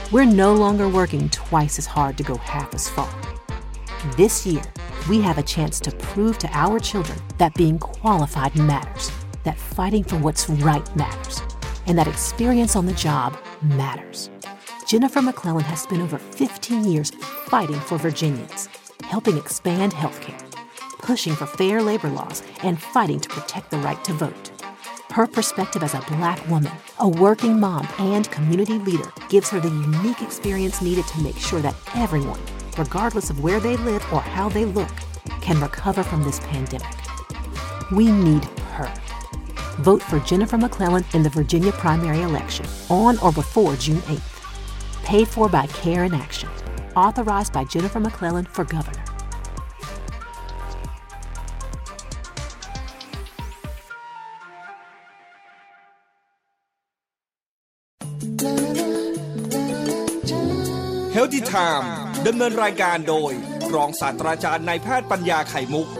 we're no longer working twice as hard to go half as far. This year, we have a chance to prove to our children that being qualified matters, that fighting for what's right matters, and that experience on the job matters. Jennifer McClellan has spent over 15 years fighting for Virginians, helping expand healthcare, pushing for fair labor laws, and fighting to protect the right to vote. Her perspective as a Black woman, a working mom, and community leader gives her the unique experience needed to make sure that everyone, regardless of where they live or how they look, can recover from this pandemic. We need her. Vote for Jennifer McClellan in the Virginia primary election on or before June 8th. Paid for by Care in Action. Authorized by Jennifer McClellan for governor. Healthy Time ดำเนินรายการโดยรองศาสตราจารย์นายแพทย์ปัญญาไข่มุก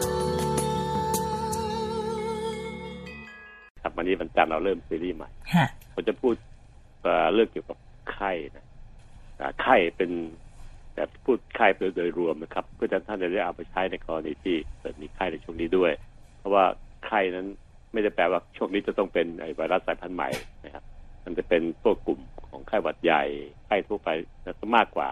ครับวันนี้วันจันทร์เราเริ่มซีรีส์ใหม่ผมจะพูดเรื่องเกี่ยวกับไข้นะไข้เป็นแบบพูดไข้โดยรวมนะครับเพื่อท่านจะได้เอาไปใช้ในกรณีที่เกิดมีไข้ในช่วงนี้ด้วยเพราะว่าไข้นั้นไม่ได้แปลว่าช่วงนี้จะต้องเป็นไวรัสสายพันธุ์ใหม่นะครับมันจะเป็นพวกกลุ่มของไข้หวัดใหญ่ไข้ทั่วไปจะมากกว่า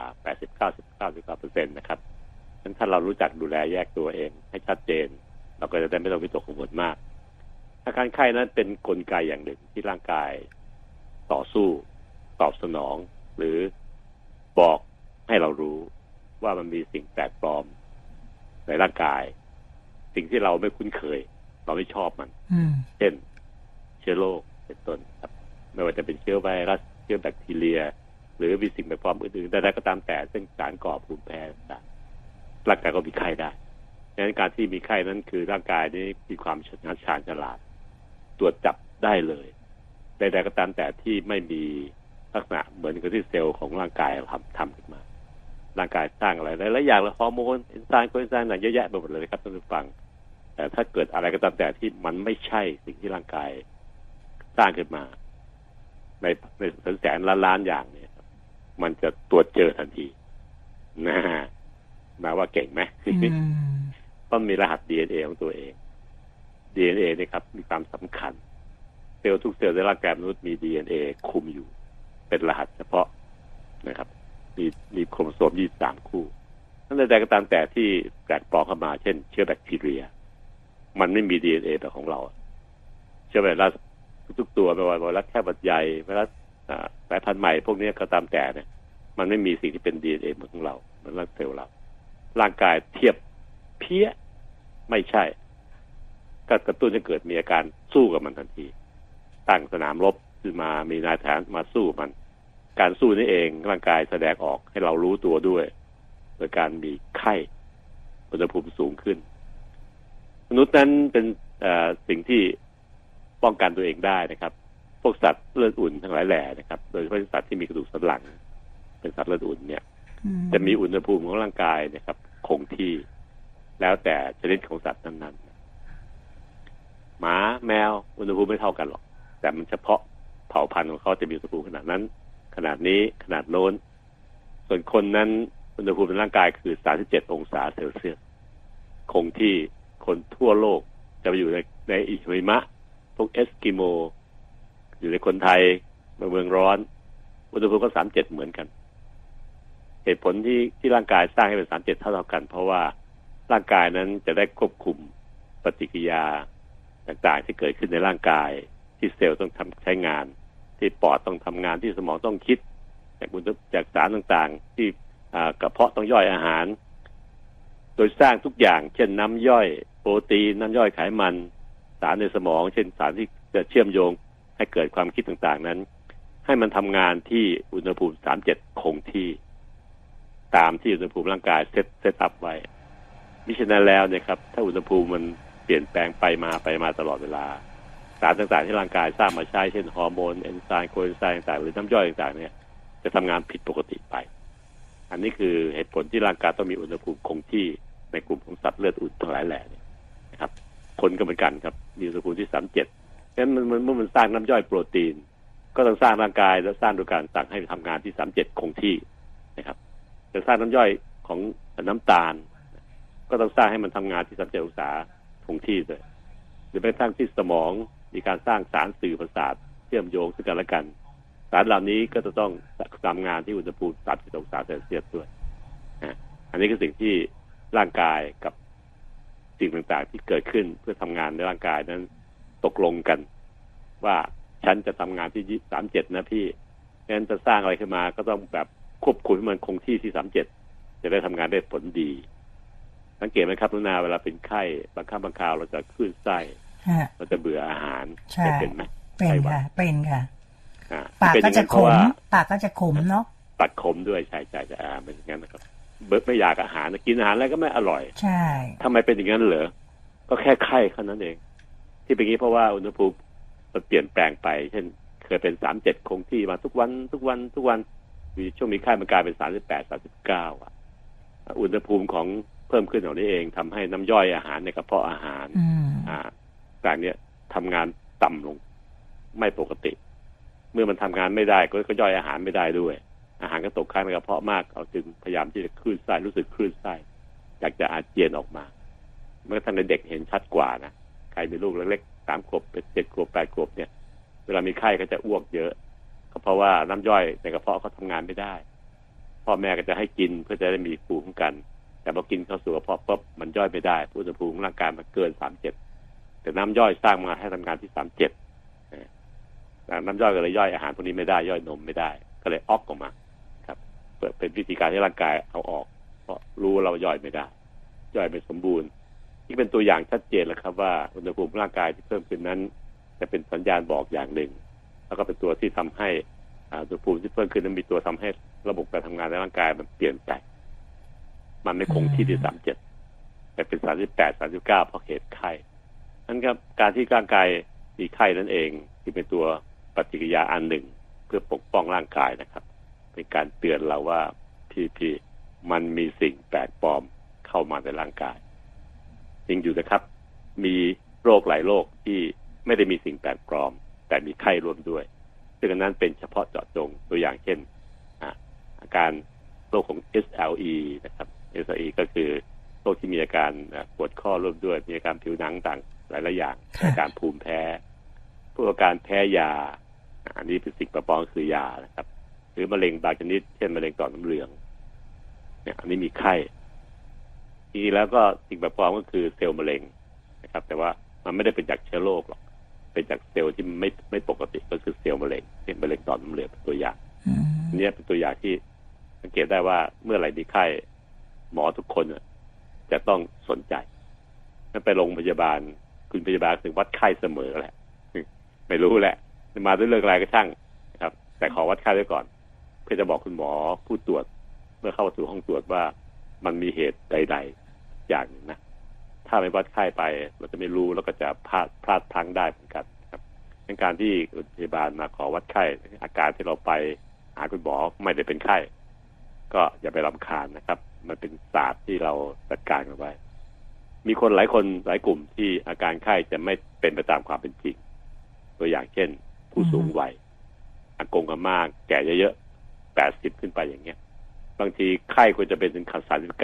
80-99% นะครับงั้นถ้าเรารู้จักดูแลแยกตัวเองให้ชัดเจนเราก็จะได้ไม่ต้องวิตกกังวลมากอาการไข้นั้นเป็นกลไกอย่างหนึ่งที่ร่างกายต่อสู้ตอบสนองหรือบอกให้เรารู้ว่ามันมีสิ่งแปลกปลอมในร่างกายสิ่งที่เราไม่คุ้นเคยเราไม่ชอบมันเช่นเชื้อโรคเป็นต้นครับไม่ว่าจะเป็นเชื้อไวรัสเชื้อแบคทีเรียหรือมีสิ่งแปลกปลอมอื่นๆใดๆก็ตามแต่ซึ่งสารก่อภูมิแพ้ต่างๆร่างกายก็มีไข้ได้ดังนั้นการที่มีไข้นั้นคือร่างกายนี้มีความชาญฉลาดตรวจจับได้เลยใดๆก็ตามแต่ที่ไม่มีลักษณะเหมือนกับที่เซลล์ของร่างกายทำขึ้นมาร่างกายสร้างอะไรหลายๆอย่างแล้วฮอร์โมนเอนไซม์โคเอนไซม์เยอะแยะไปหมดเลยครับท่านผู้ฟังแต่ถ้าเกิดอะไรก็ตามแต่ที่มันไม่ใช่สิ่งที่ร่างกายสร้างขึ้นมาในแสนล้านอย่างเนี่ยมันจะตรวจเจอทันทีนะฮะมาว่าเก่งไหมต้องมีรหัส DNA ของตัวเอง DNA นี่ครับมีความสำคัญเซลล์ทุกเซลล์ในร่างกายมนุษย์มี DNA คุมอยู่เป็นรหัสเฉพาะนะครับมีโครโมโซม23คู่นั่นใดๆก็ตามแต่ที่แปลกปลอมเข้ามาเช่นเชื้อแบคทีเรียมันไม่มี DNA แบบของเราเชื้อไวรัสทุกตัวไม่ว่าไวรัสแค่หวัดใหญ่ไวรัสสายพันธุ์ใหม่พวกนี้ก็ตามแต่เนี่ยมันไม่มีสิ่งที่เป็น DNA เหมือนของเราเหมือนร่างเซลล์เราร่างกายเทียบเพี้ยไม่ใช่ก็กระตุ้นให้เกิดมีอาการสู้กับมันทันทีตั้งสนามรบขึ้นมามีนายทหารมาสู้มันการสู้นี่เองร่างกายแสดงออกให้เรารู้ตัวด้วยโดยการมีไข้อุณหภูมิสูงขึ้นมนุษย์นั้นเป็นสิ่งที่ป้องกันตัวเองได้นะครับพวกสัตว์เลือดอุ่นทั้งหลายแหล่นะครับโดยเฉพาะสัตว์ที่มีกระดูกสันหลังเป็นสัตว์เลือดอุ่นเนี่ยจะมีอุณหภูมิของร่างกายนะครับคงที่แล้วแต่ชนิดของสัตว์นั้นๆหมาแมวอุณหภูมิไม่เท่ากันหรอกแต่มันเฉพาะเผ่าพันธุ์ของเขาจะมีอุณหภูมิขนาดนั้นขนาดนี้ขนาดโน้นส่วนคนนั้นอุณหภูมิในร่างกายคือ37องศาเซลเซียสคงที่คนทั่วโลกจะไปอยู่ในอิหิมะพวกเอสกิโมอยู่ในคนไทยเมืองร้อนอุณหภูมิก็37เหมือนกันเหตุผลที่ร่างกายสร้างให้เป็น37เท่ากันเพราะว่าร่างกายนั้นจะได้ควบคุมปฏิกิริยาต่างๆที่เกิดขึ้นในร่างกายที่เซลล์ต้องใช้งานที่ปอดต้องทำงานที่สมองต้องคิดจากสารต่างๆที่กระเพาะต้องย่อยอาหารโดยสร้างทุกอย่างเช่นน้ำย่อยโปรตีนน้ำย่อยไขมันสารในสมองเช่นสารที่จะเชื่อมโยงให้เกิดความคิดต่างๆนั้นให้มันทำงานที่อุณหภูมิ37คงที่ตามที่อุณหภูมิร่างกายเซตอัพไว้มิฉะนั้นแล้วเนี่ยครับถ้าอุณหภูมิมันเปลี่ยนแปลงไปมาตลอดเวลาสารต่างๆที่ร่างกายสร้างมาใช้เช่นฮอร์โมนเอนไซม์โคเอนไซม์ต่างๆหรือน้ำย่อยต่างๆเนี่ยจะทำงานผิดปกติไปอันนี้คือเหตุผลที่ร่างกายต้องมีอุณหภูมิคงที่ในกลุ่มของสัตว์เลือดอุ่นทั้งหลายแหล่นะครับคนก็เหมือนกันครับมีอุณหภูมิที่37ฉะนั้นมันเมื่อมันสร้างน้ำย่อยโปรตีนก็ต้องสร้างร่างกายและสร้างโดยการสั่งให้ทำงานที่37คงที่นะครับจะสร้างน้ำย่อยของน้ำตาลก็ต้องสร้างให้มันทำงานที่37องศาคงที่เลยหรือแม้กระทั่งที่สมองมีการสร้างสารสื่อประสาทเชื่อมโยงซึ่งกันและกันสารเหล่านี้ก็จะต้องทำงานที่อุณหภูมิ30องศาเซลเซียสด้วยอันนี้คือสิ่งที่ร่างกายกับสิ่งต่างๆที่เกิดขึ้นเพื่อทำงานในร่างกายนั้นตกลงกันว่าฉันจะทำงานที่37นะพี่งั้นจะสร้างอะไรขึ้นมาก็ต้องแบบควบคุมให้มันคงที่ที่37จะได้ทำงานได้ผลดีสังเกตไหมครับนุนาเวลาเป็นไข้บางครั้งบางคราวเราจะคลื่นไส้เราจะเบื่ออาหารเป็นไหมเป็นค่ะเป็นค่ะปากก็จะขมปากก็จะขมเนาะปากขมด้วยใช่เป็นอย่างนั้นนะครับไม่อยากอาหารกินอาหารแล้วก็ไม่อร่อยใช่ทำไมเป็นอย่างนั้นเหรอก็แค่ไข้แค่นั้นเองที่เป็นอย่างนี้เพราะว่าอุณหภูมิมันเปลี่ยนแปลงไปเช่นเคยเป็น37คงที่มาทุกวันมีช่วงมีไข้มันกลายเป็น38 39อุณหภูมิของเพิ่มขึ้นของนี้เองทำให้น้ำย่อยอาหารในกระเพาะอาหารต่างเนี่ยทำงานต่ำลงไม่ปกติเมื่อมันทำงานไม่ได้ก็ย่อยอาหารไม่ได้ด้วยอาหารก็ตกค้างในกระเพาะมากเอาจึงพยายามที่จะคลื่นไส้รู้สึกคลื่นไส้อยากจะอาเจียนออกมาเมื่อท่านในเด็กเห็นชัดกว่านะใครมีลูกเล็กๆ3 ขวบ7 ขวบ8 ขวบเนี่ยเวลามีไข้ก็จะอ้วกเยอะก็เพราะว่าน้ำย่อยในกระเพาะเขาทำงานไม่ได้พ่อแม่ก็จะให้กินเพื่อจะได้มีภูมิคุ้มกันแต่พอกินเข้าสู่กระเพาะปุ๊บมันย่อยไม่ได้อุณหภูมิร่างกายมันเกิน37แต่น้ำย่อยสร้างมาให้ทำงานที่37น้ำย่อยก็เลยย่อยอาหารพวกนี้ไม่ได้ย่อยนมไม่ได้ก็เลยออกมาครับเป็นวิธีการที่ร่างกายเอาออกเพราะรู้เราย่อยไม่ได้ย่อยไม่สมบูรณ์นี่เป็นตัวอย่างชัดเจนแล้วครับว่าอุณหภูมิร่างกายที่เพิ่มขึ้นนั้นจะเป็นสัญญาณบอกอย่างหนึ่งแล้วก็เป็นตัวที่ทำให้อุณหภูมิที่เพิ่มขึ้นนั้นมีตัวทำให้ระบบการทำงานในร่างกายมันเปลี่ยนแปลงมันไม่คงที่ที่37แต่เป็น38 39เพราะเหตุไข้นั้นครับการที่ร่างกายมีไข้นั่นเองที่เป็นตัวปฏิกิริยาอันหนึ่งเพื่อปกป้องร่างกายนะครับเป็นการเตือนเราว่าพี่มันมีสิ่งแปลกปลอมเข้ามาในร่างกายจริงอยู่นะครับมีโรคหลายโรคที่ไม่ได้มีสิ่งแปลกปลอมแต่มีไข้ร่วมด้วยซึ่งอันนั้นเป็นเฉพาะเจาะจงตัวอย่างเช่นอาการโรคของ SLE นะครับ SLE ก็คือโรคที่มีอาการปวดข้อร่วมด้วยมีอาการผิวหนังต่างหลายๆอย่างอาการภูมิแพ้พวกอาการแพ้ยาอันนี้เป็นสิ่งแปลกปลอมคือยานะครับหรือมะเร็งบางชนิดเช่นมะเร็งต่อมน้ำเหลืองเนี่ยอันนี้มีไข้ทีนี้แล้วก็สิ่งแปลกปลอมก็คือเซลล์มะเร็งนะครับแต่ว่ามันไม่ได้เป็นจากเชื้อโรคหรอกเป็นจากเซลล์ที่ไม่ปกติก็คือเซลล์มะเร็งเช่นมะเร็งต่อมน้ำเหลืองเป็นตัวอย่างนี่เป็นตัวอย่างที่สังเกตได้ว่าเมื่อไหร่มีไข้หมอทุกคนจะต้องสนใจถ้าไปโรงพยาบาลคุณพยาบาลถึงวัดไข้เสมอแหละไม่รู้แหละมาด้วยเรื่องอะไรก็ช่างนะครับแต่ขอวัดไข้ไว้ก่อนเพื่อจะบอกคุณหมอผู้ตรวจเมื่อเข้าสู่ห้องตรวจว่ามันมีเหตุใดๆอย่างนึงนะถ้าไม่วัดไข้ไปเราจะไม่รู้แล้วก็จะพลาดพลั้งได้เหมือนกันครับในการที่พยาบาลมาขอวัดไข้อาการที่เราไปหาคุณหมอไม่ได้เป็นไข้ก็อย่าไปรำคาญนะครับมันเป็นศาสตร์ที่เราจัดการกันไว้มีคนหลายคนหลายกลุ่มที่อาการไข้จะไม่เป็นไปตามความเป็นจริงตัวอย่างเช่นผู้สูงวัยอากงอาม่าแก่เยอะๆ80ขึ้นไปอย่างเงี้ยบางทีไข้ควรจะเป็นถึง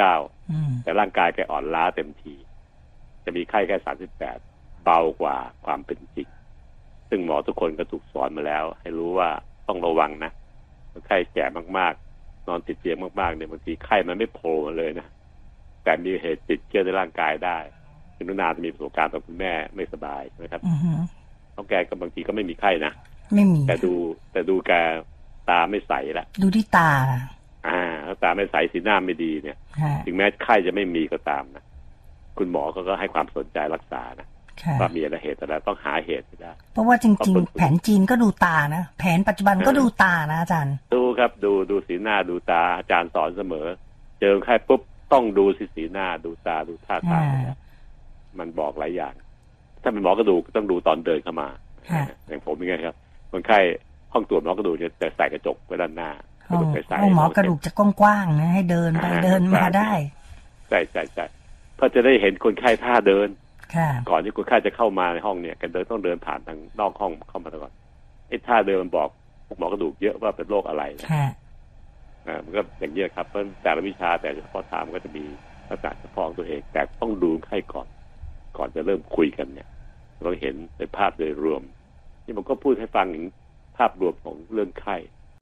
39แต่ร่างกายแกอ่อนล้าเต็มทีจะมีไข้แค่38เบากว่าความเป็นจริงซึ่งหมอทุกคนก็ถูกสอนมาแล้วให้รู้ว่าต้องระวังนะไข้แก่มากๆนอนติดเตียงมากๆเนี่ยบางทีไข้มันไม่โผล่มาเลยนะแต่มีเหตุติดเชื้อในร่างกายได้คุณนุนาจะมีประสบการณ์กับคุณแม่ไม่สบายใช่ไหมครับเขาแกก็บางทีก็ไม่มีไข้นะไม่มีแต่ดูแกตาไม่ใสละดูที่ตาแล้วตาไม่ใสสีหน้าไม่ดีเนี่ยถึงแม้ไข้จะไม่มีก็ตามนะคุณหมอก็ให้ความสนใจรักษานะว่ามีอะไรเหตุอะไรต้องหาเหตุให้ได้เพราะว่าจริงๆแผนจีนก็ดูตานะแผนปัจจุบันก็ดูตานะอาจารย์ดูครับดูสีหน้าดูตาอาจารย์สอนเสมอเจอไข้ปุ๊บต้องดูสีหน้าดูตาดูท่าทางมันบอกหลายอย่างถ้าเป็นหมอกระดูกต้องดูตอนเดินเข้ามาอย่างผมยังไงครับคนไข้ห้องตรวจหมอกระดูกจะใส่กระจกไว้ด้านหน้าหมอกระดูกจะกว้างๆนะให้เดินไปเดินมาได้ใช่เพื่อจะได้เห็นคนไข้ท่าเดินก่อนที่คนไข้จะเข้ามาในห้องเนี่ยแกต้องเดินผ่านทางนอกห้องเข้ามาก่อนไอ้ท่าเดินมันบอกหมอกระดูกเยอะว่าเป็นโรคอะไรนะมันก็อย่างนี้ครับเพราะแต่ละวิชาแต่เฉพาะทางก็จะมีลักษณะเฉพาะตัวเองแต่ต้องดูไข้ก่อนจะเริ่มคุยกันเนี่ยเราเห็นในภาพโดยรวมนี่ผมก็พูดให้ฟังถึงภาพรวมของเรื่องไข้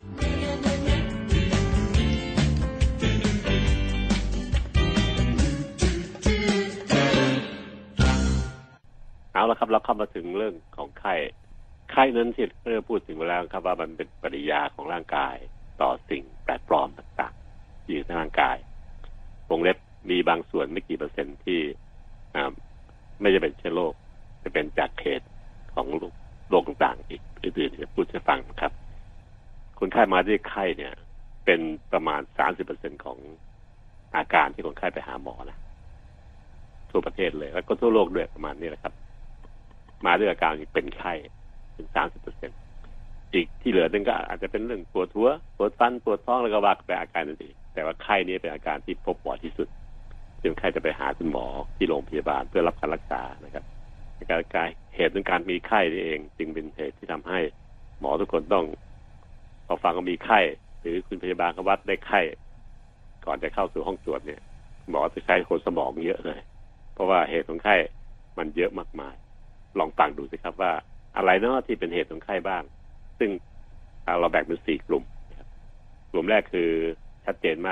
เอาละครับเราเข้ามาถึงเรื่องของไข้นั้นที่เราพูดถึงแล้วครับว่ามันเป็นปฏิกิริยาของร่างกายต่อสิ่งแปลกปลอมต่างๆที่อยู่ในร่างกายวงเล็บมีบางส่วนไม่กี่เปอร์เซ็นต์ที่ไม่จะเป็นเชื้อโรคจะเป็นจากเหตุของโรคต่างๆอีกอื่นๆจะพูดให้ฟังครับคนไข้มาด้วยไข้เนี่ยเป็นประมาณ 30% ของอาการที่คนไข้ไปหาหมอนะทั่วประเทศเลยแล้วก็ทั่วโลกด้วยประมาณนี้แหละครับมาด้วยอาการเป็นไข้ถึง 30% อีกที่เหลือนึงก็อาจจะเป็นเรื่องปวดหัวปวดฟันปวดท้องแล้วก็ว่าไปอาการนั่นเองแต่ว่าไข้นี้เป็นอาการที่พบบ่อยที่สุดซึ่งไข้จะไปหาคุณหมอที่โรงพยาบาลเพื่อรับการรักษานะครับการเหตุของการมีไข้นี่เองจึงเป็นเหตุที่ทำให้หมอทุกคนต้องพอฟังว่ามีไข้หรือคุณพยาบาลเขาวัดได้ไข้ก่อนจะเข้าสู่ห้องตรวจเนี่ยหมอจะใช้คนสมองเยอะเลยเพราะว่าเหตุของไข้มันเยอะมากมายลองฟังดูสิครับว่าอะไรเนาะที่เป็นเหตุของไข้บ้างซึ่งเราแบ่งเป็น4กลุ่มกลุ่มแรกคือชัดเจนมาก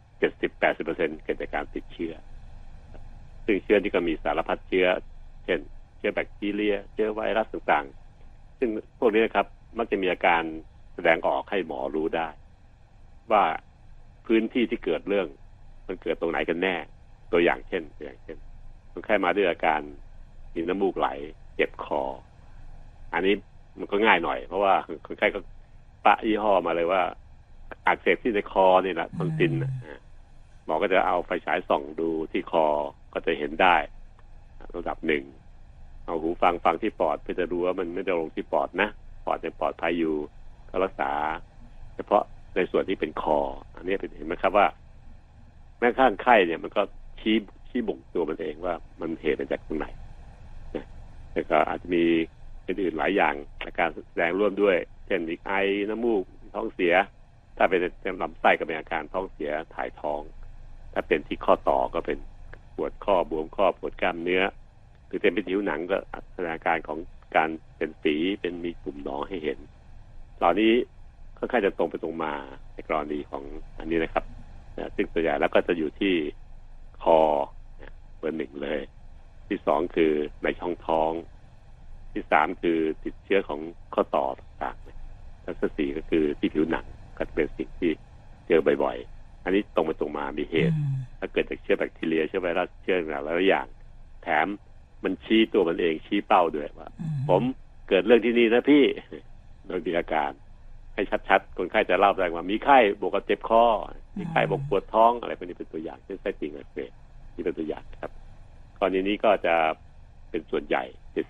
70-80% เกิดจากการติดเชื้อซึ่งเชื้อที่ก็มีสารพัดเชื้อเช่นเชื้อแบคทีเรียเชื้อไวรัสต่างๆซึ่งพวกนี้นะครับมักจะมีอาการแสดงออกให้หมอรู้ได้ว่าพื้นที่ที่เกิดเรื่องมันเกิดตรงไหนกันแน่ตัวอย่างเช่นคนไข้มาด้วยอาการมีน้ำมูกไหลเจ็บคออันนี้มันก็ง่ายหน่อยเพราะว่าคนไข้ก็ปะยี่ห้อมาเลยว่าอักเสบที่ในคอนี่แหละทอนซิลหมอก็จะเอาไฟฉายส่องดูที่คอก็จะเห็นได้ระดับหนึ่งเอาหูฟังที่ปอดเพื่อจะดูว่ามันไม่ได้ลงที่ปอดนะปอดยังปลอดภัยอยู่ก็รักษาเฉพาะในส่วนที่เป็นคออันนี้เห็นไหมครับว่าแม้ข้างไข้เนี่ยมันก็ชี้บ่งตัวมันเองว่ามันเหตุมาจากตรงไหนแล้วก็อาจจะมีอื่นๆหลายอย่างอาการแสดงร่วมด้วยเช่นมีไอน้ำมูกท้องเสียถ้าเป็นลำไส้ก็เป็นอาการท้องเสียถ่ายท้องถ้าเป็นที่ข้อต่อก็เป็นปวดข้อบวมข้อปวดกล้ามเนื้อหรือเป็นผิวหนังก็แสดงอาการของการเป็นฝีเป็นมีตุ่มหนองให้เห็นเหล่านี้ค่อนข้างจะตรงไปตรงมาในกรณีของอันนี้นะครับซึ่งตัวใหญ่แล้วก็จะอยู่ที่คอเบอร์ 1เลยที่2คือในช่องท้องที่3คือติดเชื้อของข้อต่อต่างๆแล้วที่4ก็คือที่ผิวหนังก็เป็นสิ่งที่เจอบ่อยๆอันนี้ตรงไปตรงมามีเหตุถ้าเกิดจากเชื้อแบคทีเรียเชื้อไวรัสเชื้อหลายอย่างแถมมันชี้ตัวมันเองชี้เป้าด้วยว่าผมเกิดเรื่องที่นี่นะพี่โดยมีอาการให้ชัดๆคนไข้จะเล่าได้ว่ามีไข้บวกกับเจ็บคอมีไข้บวกปวดท้องอะไรพวกนี้เป็นตัวอย่างเช่นไส้ติ่งอักเสบนี่เป็นตัวอย่างครับกรณีนี้ก็จะเป็นส่วนใหญ่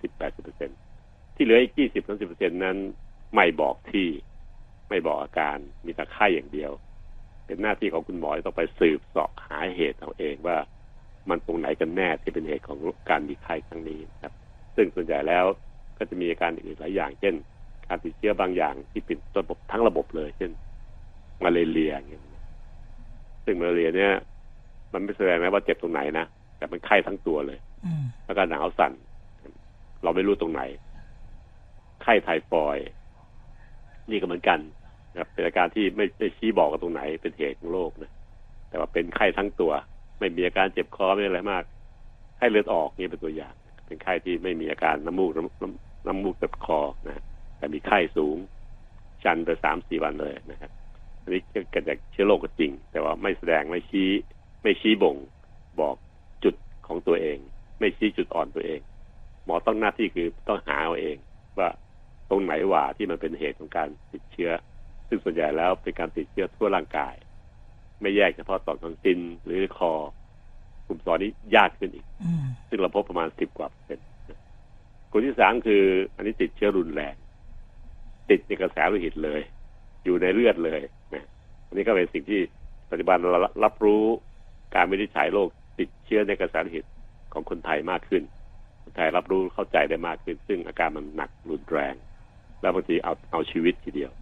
70-80% ที่เหลืออีก 20-30% นั้นไม่บอกที่ไม่บอกอาการมีแต่ไข้อย่างเดียวเป็นหน้าที่ของคุณหมอต้องไปสืบเสาะหาเหตุเอาเองว่ามันตรงไหนกันแน่ที่เป็นเหตุของการมีไข้ครั้งนี้ครับซึ่งส่วนใหญ่แล้วก็จะมีอาการอื่นหลายอย่างเช่นการติดเชื้อบางอย่างที่เป็นระบบทั้งระบบเลยเช่นมาเลเรียอย่างเงี้ยซึ่งมาเลเรียเนี่ยมันไม่แสดงนะว่าเจ็บตรงไหนนะแต่มันไข้ทั้งตัวเลยแล้วก็หนาวสั่นเราไม่รู้ตรงไหนไข้ไทฟอยด์นี่ก็เหมือนกันนะครับเป็นอาการที่ไม่ได้ชี้บอกกันตรงไหนเป็นเหตุของโรคนะแต่ว่าเป็นไข้ทั้งตัวไม่มีอาการเจ็บคอไม่อะไรมากไข้เลือดออกนี่เป็นตัวอย่างเป็นไข้ที่ไม่มีอาการน้ำมูกเจ็บคอนะแต่มีไข้สูงชันไป 3-4 วันเลยนะครับอันนี้เกิดจากเชื้อโรคก็จริงแต่ว่าไม่แสดงไม่ชี้บ่งบอกจุดของตัวเองไม่ชี้จุดอ่อนตัวเองหมอต้องหน้าที่คือต้องหาเอาเองว่าตรงไหนว่าที่มันเป็นเหตุของการติดเชื้อซึ่งส่วนใหญ่แล้วเป็นการติดเชื้อทั่วร่างกายไม่แยกเฉพาะต่อมทอนซิลหรือคอกลุ่ม2นี้ยากขึ้นอีกซึ่งเราพบประมาณ10%กว่ากลุ่มที่3คืออันนี้ติดเชื้อรุนแรงติดในกระแสโลหิตเลยอยู่ในเลือดเลยนะอันนี้ก็เป็นสิ่งที่ปัจจุบันเรารับรู้การวินิจฉัยโรคติดเชื้อในกระแสโลหิตของคนไทยมากขึ้นคนไทยรับรู้เข้าใจได้มากขึ้นซึ่งอาการมันหนักรุนแรงแล้วบางทีเอาชีวิตทีเดียว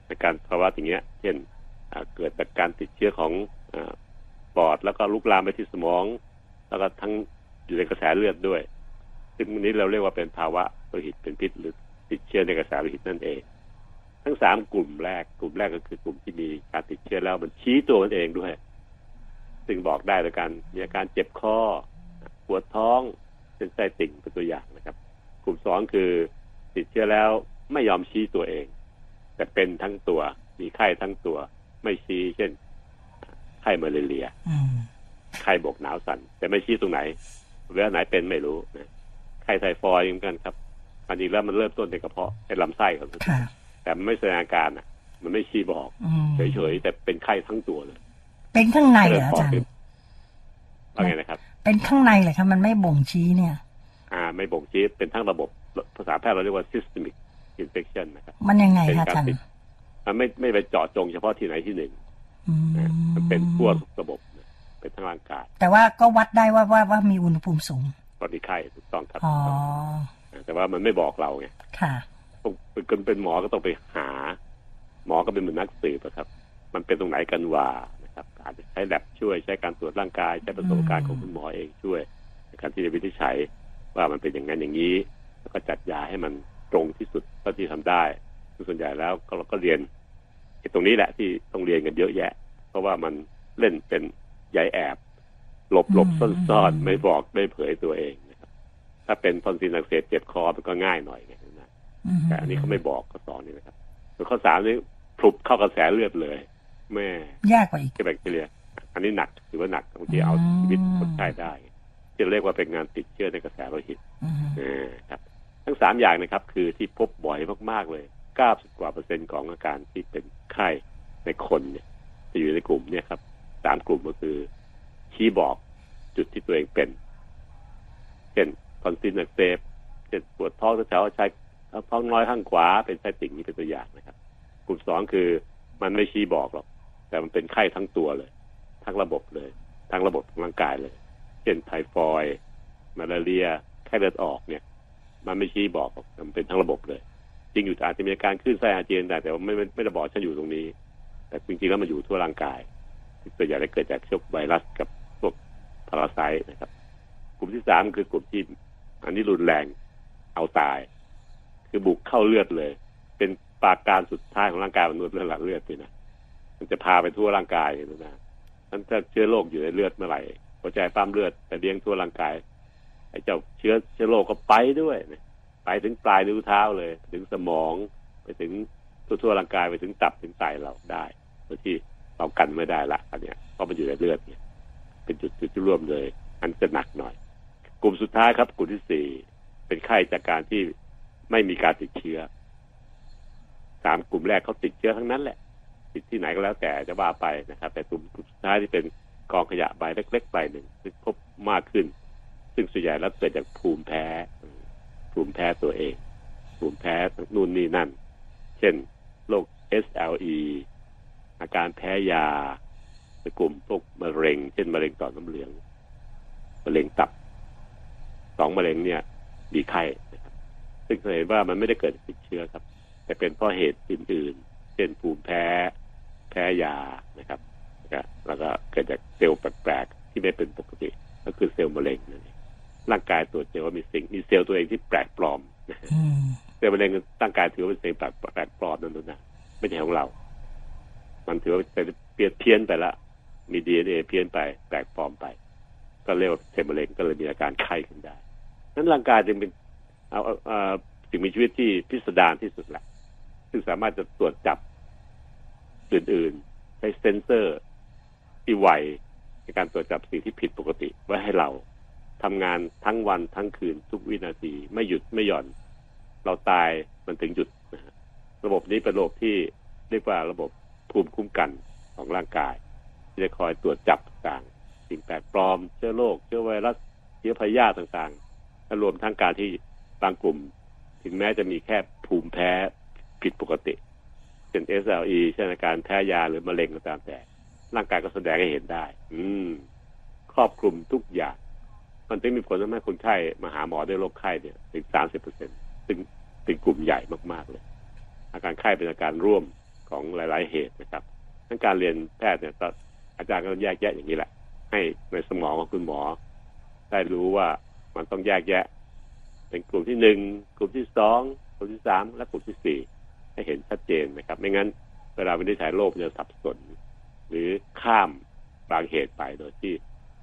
ในการภาวะอย่างเงี้ยเช่นเกิดจากการติดเชื้อของปอดแล้วก็ลุกลามไปที่สมองแล้วก็ทั้งอยู่ในกระแสเลือดด้วยซึ่งนี้เราเรียกว่าเป็นภาวะโลหิตเป็นพิษหรือติดเชื้อในกระแสโลหิตนั่นเองทั้ง3กลุ่มแรกก็คือกลุ่มที่มีการติดเชื้อแล้วมันชี้ตัวมันเองด้วยซึ่งบอกได้โดยการมีอาการเจ็บคอปวดท้องเส้นไส้ติ่งเป็นตัวอย่างนะครับกลุ่ม2คือติดเชื้อแล้วไม่ยอมชี้ตัวเองแต่เป็นทั้งตัวมีไข้ทั้งตัวไม่ชี้เช่นไข้มาเลเรียไข้บกหนาวสั่นแต่ไม่ชี้ตรงไหนเวลาไหนเป็นไม่รู้นะไข้ไทฟอยด์เหมือนกันครับอันนี้แล้วมันเริ่มต้นในกระเพาะในลำไส้ครับแต่มันไม่แสดงอาการอ่ะมันไม่ชี้บอกเฉยๆแต่เป็นไข้ทั้งตัวเลยเป็นข้างในเหรออาจารย์ว่าไงนะครับเป็นข้างในเหรอครับมันไม่บ่งชี้เนี่ยไม่บ่งชี้เป็นทั้งระบบภาษาแพทย์เราเรียกว่า systemic infection นะครับมันยังไงครับอาจารย์ไม่ไปเจาะจงเฉพาะที่ไหนที่หนึ่งมันเป็นทั่วระบบเป็นทั้งร่างกายแต่ว่าก็วัดได้ว่ามีอุณหภูมิสูงตอนนี้ไข้ถูกต้องครับแต่ว่ามันไม่บอกเราไงค่ะเป็นหมอก็ต้องไปหาหมอก็เป็นเหมือนนักสืบครับมันเป็นตรงไหนกันว่านะครับอาจจะใช้แลบช่วยใช้การตรวจร่างกายใช้ประสบการณ์ของคุณหมอเองช่วยในการที่จะวินิจฉัยว่ามันเป็นอย่างนั้นอย่างนี้แล้วก็จัดยาให้มันตรงที่สุดเท่าที่ทำได้ส่วนใหญ่แล้วเราก็เรียนตรงนี้แหละที่ต้องเรียนกันเยอะแยะเพราะว่ามันเล่นเป็นใยแอบหลบซ่อนไม่บอกไม่เผยตัวเองนะครับถ้าเป็นทอนซิลอักเสบเจ็บคอมันก็ง่ายหน่อยไงนะแต่อันนี้เขาไม่บอกข้อ2นี่นะครับส่วนข้อ3นี่พลุบเข้ากระแสเลือดเลยแม่ยากกว่าอีกแบคทีเรียอันนี้หนักถือว่าหนักบางทีเอาชีวิตคนไข้ได้ที่เรียกว่าเป็นงานติดเชื้อในกระแสโลหิตครับทั้ง3อย่างนะครับคือที่พบบ่อยมากๆเลย90%กว่าของอาการที่เป็นไข้ในคนเนี่ยจะอยู่ในกลุ่มเนี่ยครับ3กลุ่มก็คือชี้บอกจุดที่ตัวเองเป็นเช่นทอนซิลอักเสบเช่นปวดท้องแถวๆชายท้องน้อยข้างขวาเป็นไส้ติ่งนี่เป็นตัวอย่างนะครับกลุ่ม2คือมันไม่ชี้บอกหรอกแต่มันเป็นไข้ทั้งตัวเลยทั้งระบบเลยทั้งระบบของร่างกายเลยเช่นไทฟอยด์มาลาเรียไข้เลือดออกเนี่ยมันไม่ชี้บอกมันเป็นทั้งระบบเลยจริงอยู่อาจจะมีอาการคลื่นไส้อาเจียนแต่ว่าไม่ได้บอกฉันอยู่ตรงนี้แต่จริงๆแล้วมันอยู่ทั่วร่างกายส่วนใหญ่จะเกิดจากพวกไวรัสกับพวกพาราไซต์นะครับกลุ่มที่3คือกลุ่มที่อันนี้รุนแรงเอาตายคือบุกเข้าเลือดเลยเป็นปราการสุดท้ายของร่างกายมนุษย์เรื่องหลั่งเลือดนี่นะมันจะพาไปทั่วร่างกายเลยนะนั้นถ้าเชื้อโรคอยู่ในเลือดเมื่อไหร่หัวใจปั้มเลือดไปเลี้ยงทั่วร่างกายไอ้เจ้าเชื้อโรคก็ไปด้วยนะไปถึงปลายนิ้วเท้าเลยถึงสมองไปถึงทั่วร่างกายไปถึงตับถึงไตเราได้โดยที่เรากันไม่ได้ละอันเนี้ยเพราะมันอยู่ในเลือดเนี่ยเป็นจุดที่ร่วมเลยอันจะหนักหน่อยกลุ่มสุดท้ายครับกลุ่มที่4เป็นไข้จากการที่ไม่มีการติดเชื้อ3กลุ่มแรกเขาติดเชื้อทั้งนั้นแหละติดที่ไหนก็แล้วแต่จะว่าไปนะครับแต่กลุ่มสุดท้ายที่เป็นกองขยะใบเล็กๆใบหนึ่งซึ่งพบมากขึ้นซึ่งส่วนใหญ่แล้วเกิดจากภูมิแพ้ตัวเองภูมิแพ้นู่นนี่นั่นเช่นโรค SLE อาการแพ้ยาในกลุ่มพวกมะเร็งเช่นมะเร็งต่อมน้ำเหลืองมะเร็งตับ2มะเร็งเนี่ยมีไข้นะครับซึ่งเห็นว่ามันไม่ได้เกิดติดเชื้อครับแต่เป็นเพราะเหตุอื่นๆเช่นภูมิแพ้ยานะครับแล้วก็เกิดจากเซลล์แปลกๆที่ไม่เป็นปกติก็คือเซลล์มะเร็งนั่นเองร่างกายตรวจเจอว่ามีเซลล์ตัวเองที่แปลกปลอมเซลล์มะเร็งร่างกายถือว่าเป็นเซลล์แปลกปลอมนั่นนะไม่ใช่ของเรามันถือว่าเป็นเพี้ยนไปละมี DNA เพี้ยนไปแปลกปลอมไปก็เรียกว่าเซลล์มะเร็งก็เลยมีอาการไข้ขึ้นได้นั้นร่างกายจึงเป็นสิ่งมีชีวิตที่พิสดารที่สุดแหละซึ่งสามารถจะตรวจจับอื่นๆใช้เซ็นเซอร์ที่ไวในการตรวจจับสิ่งที่ผิดปกติไว้ให้เราทำงานทั้งวันทั้งคืนทุกวินาทีไม่หยุดไม่หย่อนเราตายมันถึงหยุดนะระบบนี้เป็นระบบที่เรียกว่าระบบภูมิคุ้มกันของร่างกายที่จะคอยตรวจจับต่างสิ่งแปลกปลอมเชื้อโรคเชื้อไวรัสเชื้อพยาธิต่างๆและรวมทั้งการที่บางกลุ่มถึงแม้จะมีแค่ภูมิแพ้ผิดปกติเช่น SLE เช่นอาการแพ้ยาหรือมะเร็งก็ตามแต่ร่างกายก็แสดงให้เห็นได้ครอบคลุมทุกอย่างมันจึงมีผลทำให้คนไข้มาหาหมอด้วยโรคไข้เนี่ยถึง 30% ซึ่งเป็นกลุ่มใหญ่มากๆเลยอาการไข้เป็นอาการร่วมของหลายๆเหตุนะครับทั้งการเรียนแพทย์เนี่ยอาจารย์ก็แยกแยะอย่างนี้แหละให้ในสมองของคุณหมอได้รู้ว่ามันต้องแยกแยะเป็นกลุ่มที่1กลุ่มที่2กลุ่มที่3และกลุ่มที่4ให้เห็นชัดเจนนะครับไม่งั้นเวลาวินิจฉัยโรคจะสับสนหรือข้ามบางเหตุไปโดยที่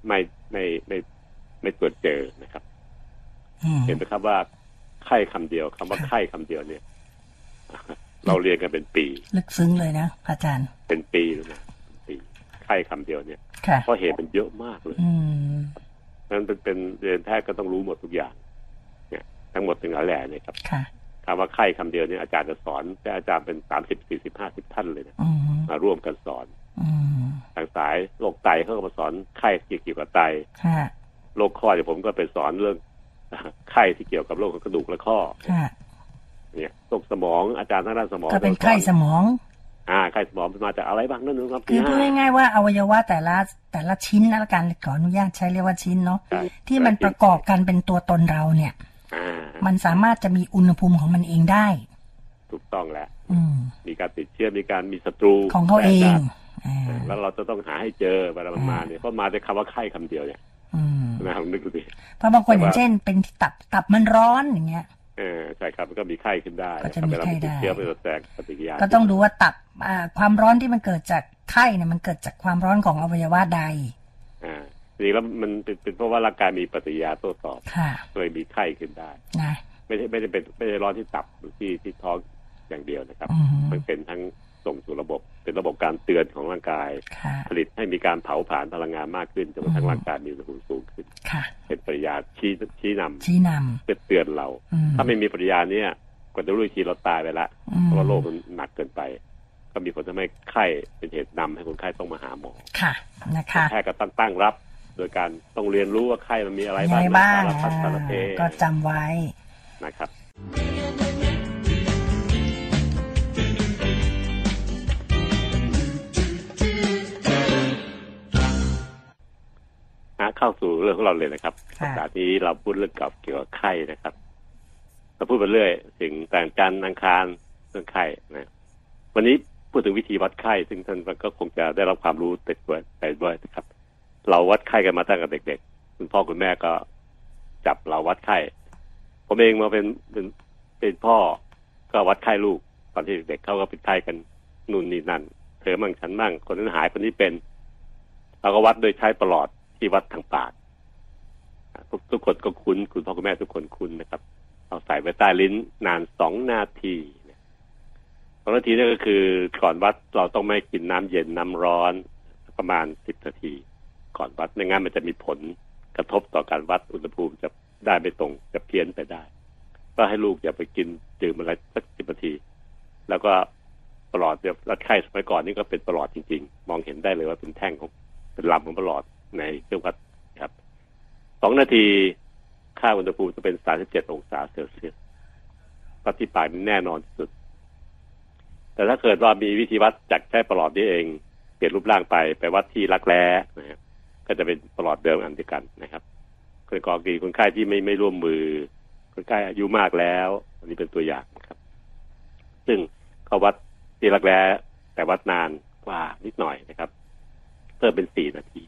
ไม่ตรวจเจอนะครับเห็นไหมครับว่าไข้คำเดียวคำว่าไข้คำเดียวเนี่ยเราเรียนกันเป็นปีลึกซึ้งเลยนะอาจารย์เป็นปีเลยนะปีไข้คำเดียวเนี่ยเพราะเหตุมันเยอะมากเลยนั้นเป็นเรียนแพทย์ก็ต้องรู้หมดทุกอย่างเนี่ยทั้งหมดถึงอะไรเนี่ยครับคำว่าไข้คำเดียวเนี่ยอาจารย์จะสอนแต่อาจารย์เป็น30 40 50ท่านเลยนะมาร่วมกันสอนทางสายโรคไตเขาก็มาสอนไข้เกี่ยวกับไตโรคข้อผมก็ไปสอนเรื่องไข้ที่เกี่ยวกับโรคกระดูกและข้อเนี่ยโรคสมองอาจารย์ทางด้านสมองก็เป็นไข้สมองไข้สมองเป็นมาจากอะไรบ้างนั่นครับคือพูดง่ายๆว่าอวัยวะแต่ละชิ้นนะละกันขออนุญาตใช้เรียกว่าชิ้นเนาะที่มันประกอบกันเป็นตัวตนเราเนี่ยมันสามารถจะมีอุณหภูมิของมันเองได้ถูกต้องแล้วมีการติดเชื้อมีการมีศัตรูของเขาเองแล้วเราจะต้องหาให้เจอเวลามันมาเนี่ยเพราะมาแต่คำว่าไข้คำเดียวเนี่ยนะครับนึกดูดิเพราะบางคนอย่างเช่นเป็นตับมันร้อนอย่างเงี้ยใช่ครับมันก็มีไข้ขึ้นได้ก็จะมีไข้ได้เชื้อไปแสดงปฏิกิริยาก็ต้องดูว่าตับความร้อนที่มันเกิดจากไข้เนี่ยมันเกิดจากความร้อนของอวัยวะใดจริงแล้วมันเป็นเพราะว่าร่างกายมีปฏิกิริยาโต้ตอบเลยมีไข้ขึ้นได้ไม่ได้ร้อนที่ตับหรือที่ท้องอย่างเดียวนะครับมันเป็นทั้งส่งสู่ระบบเป็นระบบการเตือนของร่างกายผลิตให้มีการเผาผลาญพลังงานมากขึ้นจนกระทั่งร่างกายมีอุณหภูมิสูงขึ้นเป็นปฏิกิริยาชี้นำเตือนเราถ้าไม่มีปฏิกิริยานี้กว่าจะรู้ทีเราตายไปละเพราะว่าโรคมันหนักเกินไปก็มีผลทำให้ไข้เป็นเหตุนำให้คนไข้ต้องมาหาหมอค่ะนะคะแพทย์ก็ตั้งรับโดยการต้องเรียนรู้ว่าไข้มันมีอะไรบ้างก็จำไว้นะครับเข้าสู่เรื่องของเราเลยนะครับสัปดาห์นี้เราพูดเรื่องเกี่ยวกับไข้นะครับเราพูดไปเรื่อยถึงแต่งจันทร์อังคารเรื่องไข้นะวันนี้พูดถึงวิธีวัดไข้ซึ่งท่านก็คงจะได้รับความรู้ติดตัวไปด้วยนะครับเราวัดไข้กันมาตั้งแต่เด็กๆคุณพ่อคุณแม่ก็จับเราวัดไข้ผมเองมาเป็นพ่อก็วัดไข้ลูกตอนที่เด็กๆเขาก็เป็นไข้กันนู่นนี่นั่นเธอมั่งฉันมั่งคนนั้นหายคนนี้เป็นเราก็วัดโดยใช้ประหลอดที่วัดทางปากทุกคนก็คุ้นคุณพ่อคุณแม่ทุกคนคุ้นนะครับเอาใส่ไว้ใต้ลิ้นนาน2 นาที2 นาทีนี่ก็คือก่อนวัดเราต้องไม่กินน้ำเย็นน้ำร้อนประมาณ10 นาทีก่อนวัดไม่งั้นมันจะมีผลกระทบต่อการวัดอุณหภูมิจะได้ไม่ตรงจะเพี้ยนไปได้ก็ให้ลูกอย่าไปกินดื่มอะไรสัก10 นาทีแล้วก็ประหลอดเนี่ยวัดไข้สมัยก่อนนี่ก็เป็นประหลอดจริงๆมองเห็นได้เลยว่าเป็นแท่งของเป็นลำของประหลอดในเครื่องวัดครับ2 นาทีค่าอุณหภูมิจะเป็น37 องศาเซลเซียสวัดที่ปากนี่แน่นอนที่สุดแต่ถ้าเกิดว่ามีวิธีวัดจากใช้ประหลอดนี้เองเปลี่ยนรูปร่างไปวัดที่รักแร้นะครับก็จะเป็นประหลอดเดิมอันเดียวกันนะครับคนกรณีคนไข้ที่ไม่ร่วมมือคนไข้อายุมากแล้วอันนี้เป็นตัวอย่างนะครับซึ่งเขาวัดที่รักแร้แต่วัดนานกว่านิดหน่อยนะครับเพิ่มเป็น4 นาที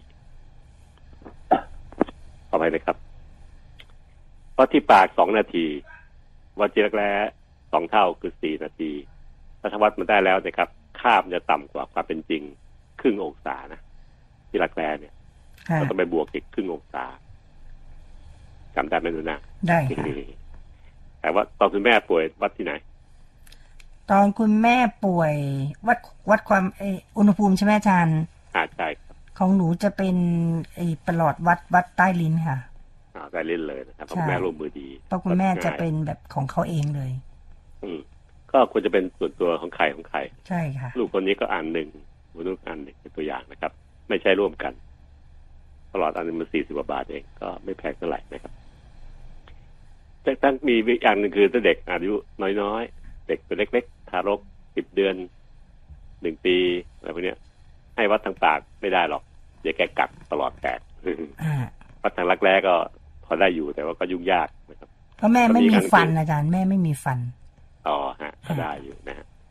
ต่อไปนะครับวัดที่ปาก2 นาทีวัดที่รักแร้2 เท่าคือ4 นาทีถ้าวัดมันได้แล้วนะครับค่ามันจะต่ำกว่าความเป็นจริง0.5 องศานะที่รักแร้เนี่ยเราต้องไปบวกอีก0.5 องศาจำได้ไหมดูนะได้ค่ะแต่ว่าตอนคุณแม่ป่วยวัดที่ไหนตอนคุณแม่ป่วยวัดความอุณหภูมิใช่ไหมอาจารย์ใช่ครับของหนูจะเป็นประหลอดวัดใต้ลิ้นค่ะใต้ลิ้นเลยนะครับคุณแม่ร่วมมือดีเพราะคุณแม่จะเป็นแบบของเขาเองเลยก็ควรจะเป็นส่วนตัวของใครใช่ค่ะลูกคนนี้ก็1ลูก1เป็นตัวอย่างนะครับไม่ใช่ร่วมกันตลอดอันนึงมัน40 กว่าบาทเองก็ไม่แพงเท่าไหร่นะครับแต่ตั้งมีอย่างนึงคือเด็กอายุน้อยๆเด็กตัวเล็กๆทารก10 เดือน1 ปีอะไรพวกนี้ให้วัดทางปากไม่ได้หรอกเดี๋ยวแกกัดตลอดแตกวัดทางรักแร้ก็พอได้อยู่แต่ว่าก็ยุ่งยากนะครับเพราะแม่ไม่มีฟันอาจารย์แม่ไม่มีฟันฮะก็ได้อยู่นะฮะ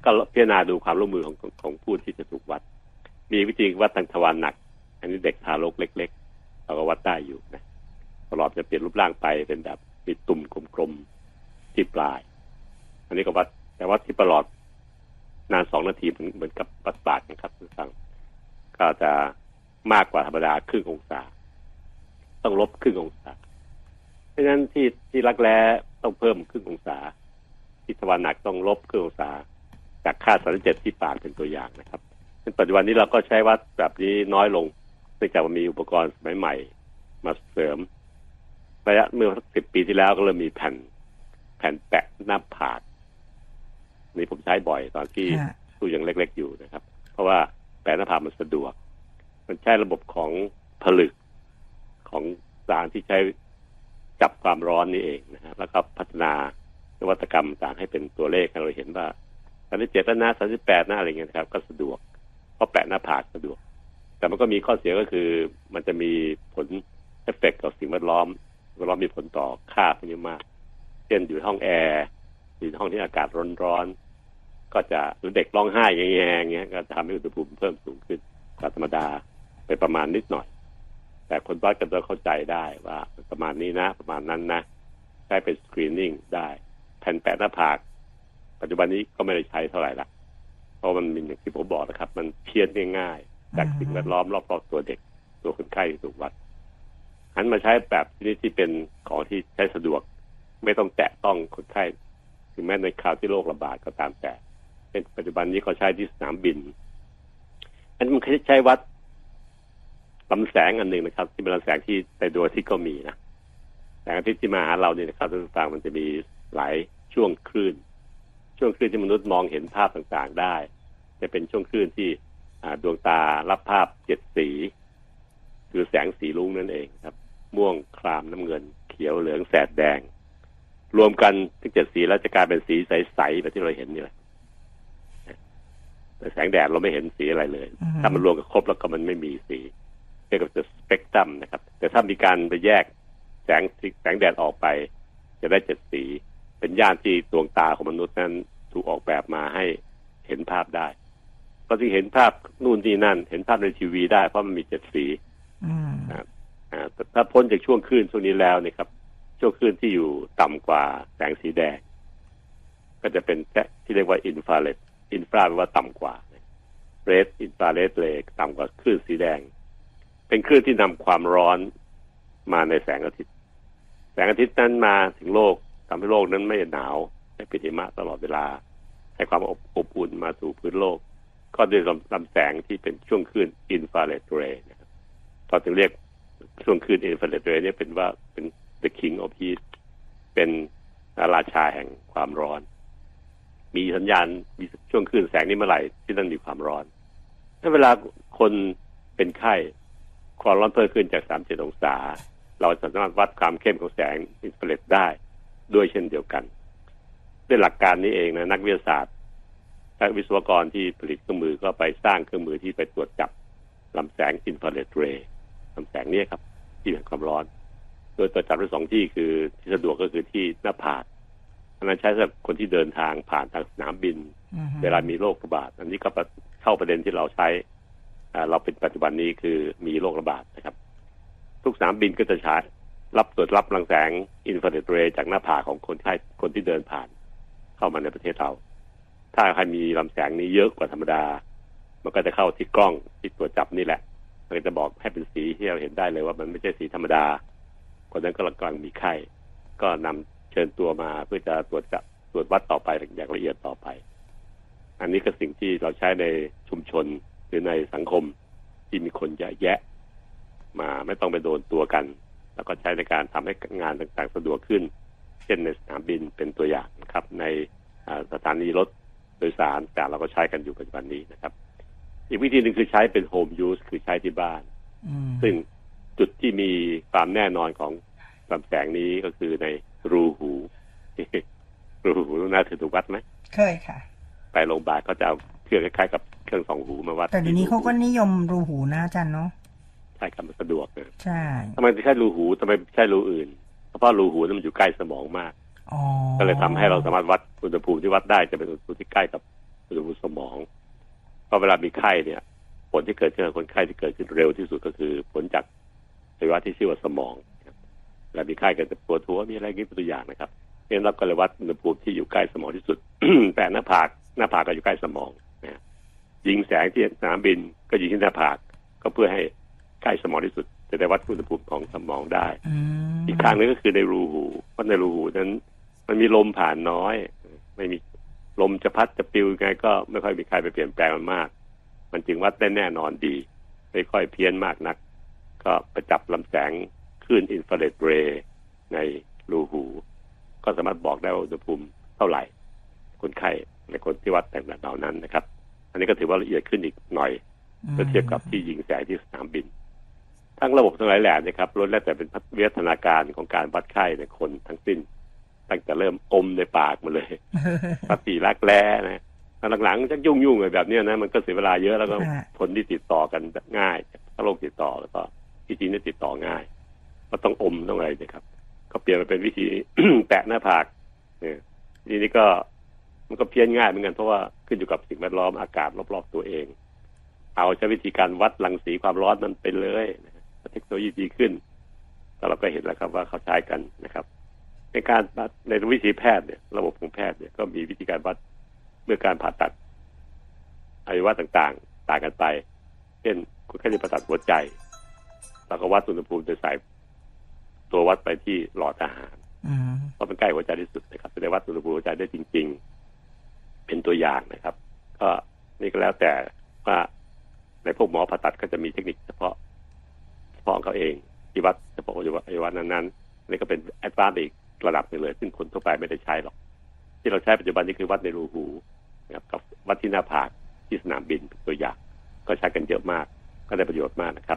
ก็พิจารณาดูความร่วมมือของผู้ที่จะถูกวัดมีวิธีวัดทางทวารหนักอันนี้เด็กทารกเล็กๆเราก็วัดได้อยู่นะปลอดจะเปลี่ยนรูปร่างไปเป็นแบบมีตุ่มกลมๆที่ปลายอันนี้ก็วัดแต่วัดที่ปลอดนาน2 นาทีเหมือนกับวัดปากนะครับทุกท่านก็จะมากกว่าธรรมดาครึ่งองศาต้องลบครึ่งองศาเพราะฉะนั้นที่รักแร้ต้องเพิ่มครึ่งองศาที่ทวารหนักต้องลบครึ่งองศาจากค่า37ที่ปากเป็นตัวอย่างนะครับในปัจจุบันนี้เราก็ใช้วัดแบบนี้น้อยลงเนื่องจากมีอุปกรณ์สมัยใหม่มาเสริมระยะเมื่อ10 ปีที่แล้วก็เริ่มมีแผ่นแปะหน้าผากนี่ผมใช้บ่อยตอนที่ตู้ยังเล็กๆอยู่นะครับเพราะว่าแปะหน้าผากมันสะดวกมันใช้ระบบของผลึกของสารที่ใช้จับความร้อนนี่เองนะฮะแล้วก็พัฒนานวัตกรรมต่างให้เป็นตัวเลขให้เราเห็นว่า37แล้วนะ38นะอะไรเงี้ยครับก็สะดวกเพราะแปะหน้าผากสะดวกแต่มันก็มีข้อเสียก็คือมันจะมีผลเอฟเฟกต์ต่อสิ่งแวดล้อมมีผลต่อค่าพวกนี้มากเช่นอยู่ห้องแอร์อยู่ห้องที่อากาศร้อนๆก็จะหรือเด็กร้องไห้แง่ๆเงี้ยก็ทำให้อุณหภูมิเพิ่มสูงขึ้นกว่าธรรมดาไปประมาณนิดหน่อยแต่คนวัดก็จะเข้าใจได้ว่าประมาณนี้นะประมาณนั้นนะใช้เป็นสกรีนนิ่งได้แผ่นแปะหน้าผากปัจจุบันนี้ก็ไม่ได้ใช้เท่าไหร่ละเพราะมันมีอย่างที่ผมบอกนะครับมันเพี้ยนง่ายๆจากสิ่งแวดล้อมรอบๆตัวเด็กตัวคนไข้ที่ถูกวัดหันมาใช้แบบที่เป็นของที่ใช้สะดวกไม่ต้องแตะต้องคนไข้ถึงแม้ในคราวที่โรคระบาดก็ตามแต่เป็นปัจจุบันนี้เขาใช้ที่สนามบินอันนี้มันใช้วัดลำแสงอันหนึ่งนะครับที่เป็นลำแสงที่ในดวงอาทิตย์ก็มีนะแสงอาทิตย์ที่มาหาเราเนี่ยนะครับท่านผู้ฟังมันจะมีหลายช่วงคลื่นที่มนุษย์มองเห็นภาพต่างๆได้จะเป็นช่วงคลื่นที่ดวงตารับภาพ7 สีคือแสงสีรุ้งนั่นเองครับม่วงครามน้ำเงินเขียวเหลืองแสดแดงรวมกันทั้ง7 สีแล้วจะกลายเป็นสีใสๆแบบที่เราเห็นนี่แหละแต่แสงแดดเราไม่เห็นสีอะไรเลยถ้ามันรวมกันครบแล้วก็มันไม่มีสีเรียกว่าสเปกตรัมนะครับแต่ถ้ามีการไปแยกแสงแดดออกไปจะได้7 สีเป็นย่านที่ดวงตาของมนุษย์นั้นถูกออกแบบมาให้เห็นภาพได้ก็ที่เห็นภาพนู่นนี่นั่นเห็นภาพในทีวีได้เพราะมันมี7 สีถ้าพ้นจากช่วงคลื่นช่วงนี้แล้วเนี่ยครับช่วงคลื่นที่อยู่ต่ำกว่าแสงสีแดงก็จะเป็นที่เรียกว่าอินฟราเรดแปลว่าต่ำกว่าเรดอินฟราเรดเลยต่ำกว่าคลื่นสีแดงเป็นคลื่นที่นำความร้อนมาในแสงอาทิตย์นั้นมาถึงโลกทำให้โลกนั้นไม่หนาวไม่เป็นหิมะตลอดเวลาให้ความอบอุ่นมาสู่พื้นโลกก็ด้วยลำแสงที่เป็นช่วงคลื่นอินฟราเรดเรย์นะครับเราถึงเรียกช่วงคลื่นอินฟราเรดเรย์นี่เป็นว่าเป็น the king of heat เป็นราชาแห่งความร้อนมีสัญญาณมีช่วงคลื่นแสงนี้เมื่อไหร่ที่นั่นมีความร้อนถ้าเวลาคนเป็นไข้ความร้อนเพิ่มขึ้นจาก37 องศาเราสามารถวัดความเข้มของแสงอินฟราเรดได้ด้วยเช่นเดียวกันด้วยหลักการนี้เองนะนักวิทยาศาสตร์และวิศวกรที่ผลิตเครื่องมือก็ไปสร้างเครื่องมือที่ไปตรวจจับลำแสงอินฟราเรดเรย์ลำแสงนี้ครับที่เป็นความร้อนโดยตรวจจับได้2 ที่คือที่สะดวกก็คือที่หน้าผากอันนั้นใช้สำหรับคนที่เดินทางผ่านทางสนามบินเวลามีโรคระบาดอันนี้ก็เข้าประเด็นที่เราใช้เราเป็นปัจจุบันนี้คือมีโรคระบาดนะครับทุกสนามบินก็จะใช้ตรวจรับรังแสงอินฟราเรดเรย์จากหน้าผากของคนที่เดินผ่านเข้ามาในประเทศเราถ้าใครมีลำแสงนี้เยอะกว่าธรรมดามันก็จะเข้าที่กล้องที่ตรวจจับนี่แหละมันจะบอกให้เป็นสีที่เราเห็นได้เลยว่ามันไม่ใช่สีธรรมดาคนนั้นก็กำลังมีไข้ก็นำเชิญตัวมาเพื่อจะตรวจวัดต่อไปอย่างละเอียดต่อไปอันนี้ก็สิ่งที่เราใช้ในชุมชนหรือในสังคมที่มีคนเยอะแยะมาไม่ต้องไปโดนตัวกันแล้วก็ใช้ในการทำให้งานต่างๆสะดวกขึ้นเช่นในสนามบินเป็นตัวอย่างนะครับในสถานีรถโดยสารแต่เราก็ใช้กันอยู่ปัจจุบันนี้นะครับอีกวิธีหนึ่งคือใช้เป็นโฮมยูสคือใช้ที่บ้านซึ่งจุดที่มีความแน่นอนของลำแสงนี้ก็คือในรูหูน่าถูกวัดไหมเคยค่ะไปโรงพยาบาลเขาจะเอาเครื่องคล้ายๆกับเครื่องส่องหูมาวัดแต่เดี๋ยวนี้เขาก็นิยมรูหูนะอาจารย์เนาะใช่ครับมันสะดวกเลยใช่ทำไมไม่ใช่รูหูทำไมไม่ใช่รูอื่นเพราะรูหูนั้นมันอยู่ใกล้สมองมากก็เลยทำให้เราสามารถวัดอุณหภูมิที่วัดได้จะเป็นอุณหภูมิที่ใกล้กับอุณหภูมิสมองพอเวลามีไข้เนี่ยผลที่เกิดขึ้นกับคนไข้ที่เกิดขึ้นเร็วที่สุดก็คือผลจากอวัยวะที่ชื่อว่าสมองเวลามีไข้ก็จะปวดหัวมีอะไรงี้เป็นตัวอย่างนะครับเน้นรับก็เลยวัดอุณหภูมิที่อยู่ใกล้สมองที่สุด แต่หน้าผากก็อยู่ใกล้สมองนะยิงแสงที่สนามบินก็ยิงที่หน้าผากก็เพื่อให้ใกล้สมองที่สุดจะได้วัดอุณหภูมิของสมองได้อีกทางนึงก็คือในรูหูเพราะในรูหูนั้นมันมีลมผ่านน้อยไม่มีลมจะพัดจะปลิวไงก็ไม่ค่อยมีใครไปเปลี่ยนแปลงมันมากมันจึงวัดได้แน่นอนดีไม่ค่อยเพี้ยนมากนักก็ไปจับลำแสงคลื่นอินฟราเรดเรย์ในรูหูก็สามารถบอกได้ว่าอุณหภูมิเท่าไหร่คนไข้ในคนที่วัดแต่งเหล่านั้นนะครับอันนี้ก็ถือว่าละเอียดขึ้นอีกหน่อยเมื่อเทียบกับที่ยิงแสงที่สนามบินทั้งระบบทั้งหลายแหล่นะครับล้วนแล้วแต่เป็นวิวัฒนาการของการวัดไข้ในคนทั้งสิ้นตั้งแต่เริ่มอมในปากมาเลยปฏิรักแร้นะหลังๆจะยุ่งๆแบบนี้นะมันก็เสียเวลาเยอะแล้วก็ผลที่ติดต่อกันง่ายถ้าโรคติดต่อแล้วก็ที่จริงเนี่ยติดต่อง่ายก็ต้องอมต้องอะไรนะครับก็เปลี่ยนมาเป็นวิธี แตะหน้าผากเนี่ยทีนี้ก็มันก็เพี้ยนง่ายเหมือนกันเพราะว่าขึ้นอยู่กับสิ่งแวดล้อมอากาศรอบๆตัวเองเอาใช้วิธีการวัดรังสีความร้อนมันไปเลยเทคโนโลยีดีขึ้นแล้วเราก็เห็นแล้วครับว่าเขาใช้กันนะครับในการในวิธีแพทย์เนี่ยระบบของแพทย์เนี่ยก็มีวิธีการวัดเมื่อการผ่าตัดอวัยวะต่างๆต่างกันไปเช่นคนไข้ที่ผ่าตัดหัวใจเราก็วัดอุณหภูมิโดยใส่ตัววัดไปที่หลอดอาหารเพราะมันใกล้หัวใจที่สุดนะครับจะได้วัดอุณหภูมิหัวใจได้จริงๆเป็นตัวอย่างนะครับก็นี่ก็แล้วแต่ว่าในพวกหมอผ่าตัดก็จะมีเทคนิคเฉพาะของเขาเองที่วัดเฉพาะอวัยวะนั้นๆนี่ก็เป็นแอดวานซ์อีกระดับนึงเลยซึ่งคนทั่วไปไม่ได้ใช้หรอกที่เราใช้ปัจจุบันนี้คือวัดในรูหูนะครับกับวัดที่หน้าผากที่สนามบินเป็นตัวอย่างก็ใช้กันเยอะมากก็ได้ประโยชน์มากนะครับ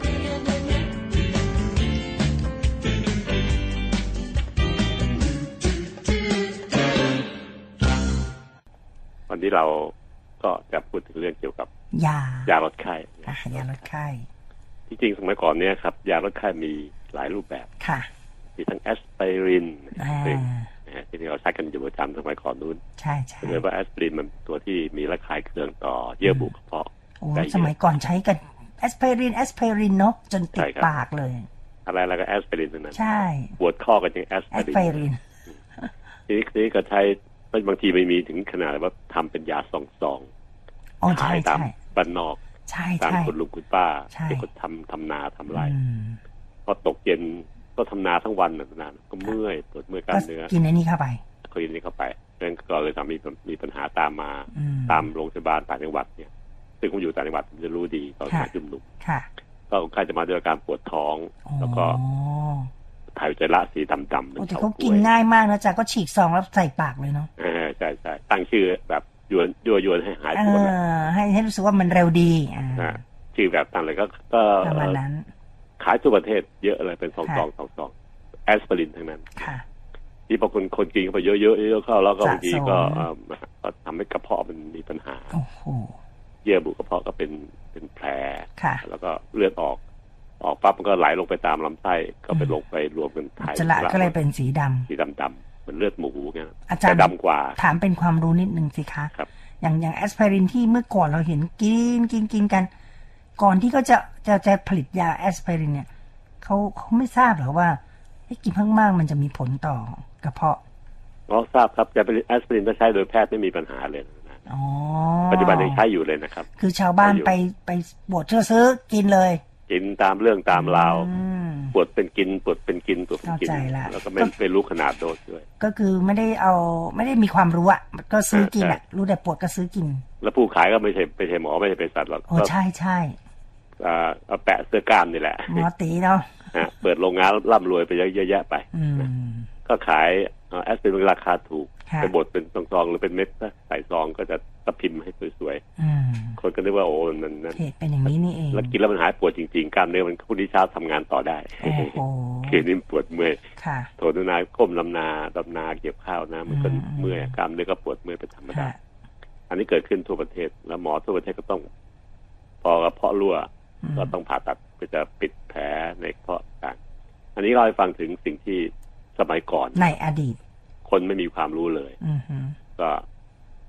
วันนี้เราก็จะพูดถึงเรื่องเกี่ยวกับยาลดไข้ยาลดไข้ที่จริงสมัยก่อนเนี่ยครับยาลดไข้มีหลายรูปแบบมีทั้งแอสไพรินที่เราใช้กันอยู่ประจำสมัยก่อนนู้นใช่ใช่เลยว่าแอสไพรินมันตัวที่มีระคายเคืองต่อเยื่อบุกระเพาะสมัยก่อนใช้กันแอสไพรินเนาะจนติดปากเลยอะไรแล้วก็แอสไพรินนั้นใช่ปวดข้อก็ยังแอสไพรินทีนี้ก็ใช้บางทีไม่มีถึงขนาดว่าทำเป็นยาซองขายตามบ้านนอกตามคนลุงคุณป้าที่คนทำนาทำไรพอตกเย็นก็ทำนาทั้งวันนานก็เมื่อยปวดเมื่อยกล้ามเนื้อกินอันนี้เข้าไปกินนี้เข้าไปนั่นก็เลยทำมีปัญหาตามมาตามโรงพยาบาลต่างจังหวัดเนี่ยซึ่งผมอยู่ต่างจังหวัดผมจะรู้ดีตอนมาจุ่มหนุ่มก็คนไข้จะมาด้วยอาการปวดท้องแล้วก็ถ่ายอุจจาระสีดำๆแต่เขากินง่ายมากนะจ๊ะก็ฉีกซองแล้วใส่ปากเลยเนาะใช่ตั้งชื่อแบบยวนให้หายปวดให้รู้สึกว่ามันเร็วดีชื่อแบบตั้งเลยก็ประมาณนั้นขายทั่วประเทศเยอะเลยเป็นซองแอสไพรินทั้งนั้นที่พอคนกินเข้าไปเยอะๆเข้าแล้วก็บางทีก็ทำให้กระเพาะมันมีปัญหาเยื่อบุกระเพาะก็เป็นแผลแล้วก็เลือดออกปั๊บมันก็ไหลลงไปตามลำไส้ก็ไปลงไปรวมกันถ่ายอุจจาระก็เลยเป็นสีดำมันเลือดหมูไงอาจารย์ดำกว่าถามเป็นความรู้นิดนึงสิคะอย่างแอสไพรินที่เมื่อก่อนเราเห็นกินกันก่อนที่เขาจะผลิตยาแอสไพรินเนี่ยเขาไม่ทราบหรอว่ากินมากๆมันจะมีผลต่อกระเพาะทราบครับยาแอสไพรินถ้าใช้โดยแพทย์ไม่มีปัญหาเลยนะปัจจุบันยังใช้อยู่เลยนะครับคือชาวบ้านไปบวชซื้อกินเลยกินตามเรื่องตามราวปวดเป็นกินปวดเป็นกินแล้วก็ไม่รู้ขนาดโดสด้วยก็คือไม่ได้มีความรู้อ่ะก็ซื้อกินอ่ะรู้แต่ปวดก็ซื้อกินแล้วผู้ขายก็ไม่ใช่หมอไม่ใช่เป็นสัตว์หรอกใช่เอาแปะเสื้อกล้ามนี่แหละหมอตีเนาะเปิดโรงงานร่ำรวยไปเยอะแยะไปก็ขายแอสไพรินราคาถูกไปบดเป็นซองๆหรือเป็นเม็ดใส่ซองก็จะพิมพ์ให้สวยๆคนก็นึกว่าโอ้นั่นเป็นอย่างนี้นี่เองแล้วกินแล้วมันหายปวดจริงๆกล้ามเนื้อมันพรุ่งนี้เช้าทำงานต่อได้คืนนี้ปวดเมื่อยโถนุนายก้มลำนาเก็บข้าวนะมันก็เมื่อยกล้ามเนื้อก็ปวดเมื่อยเป็นธรรมดาอันนี้เกิดขึ้นทั่วประเทศแล้วหมอทั่วประเทศก็ต้องพอกระเพาะรั่วก็ต้องผ่าตัดเพื่อจะปิดแผลในกระเพาะต่างอันนี้เราให้ฟังถึงสิ่งที่สมัยก่อนในอดีตคนไม่มีความรู้เลยก็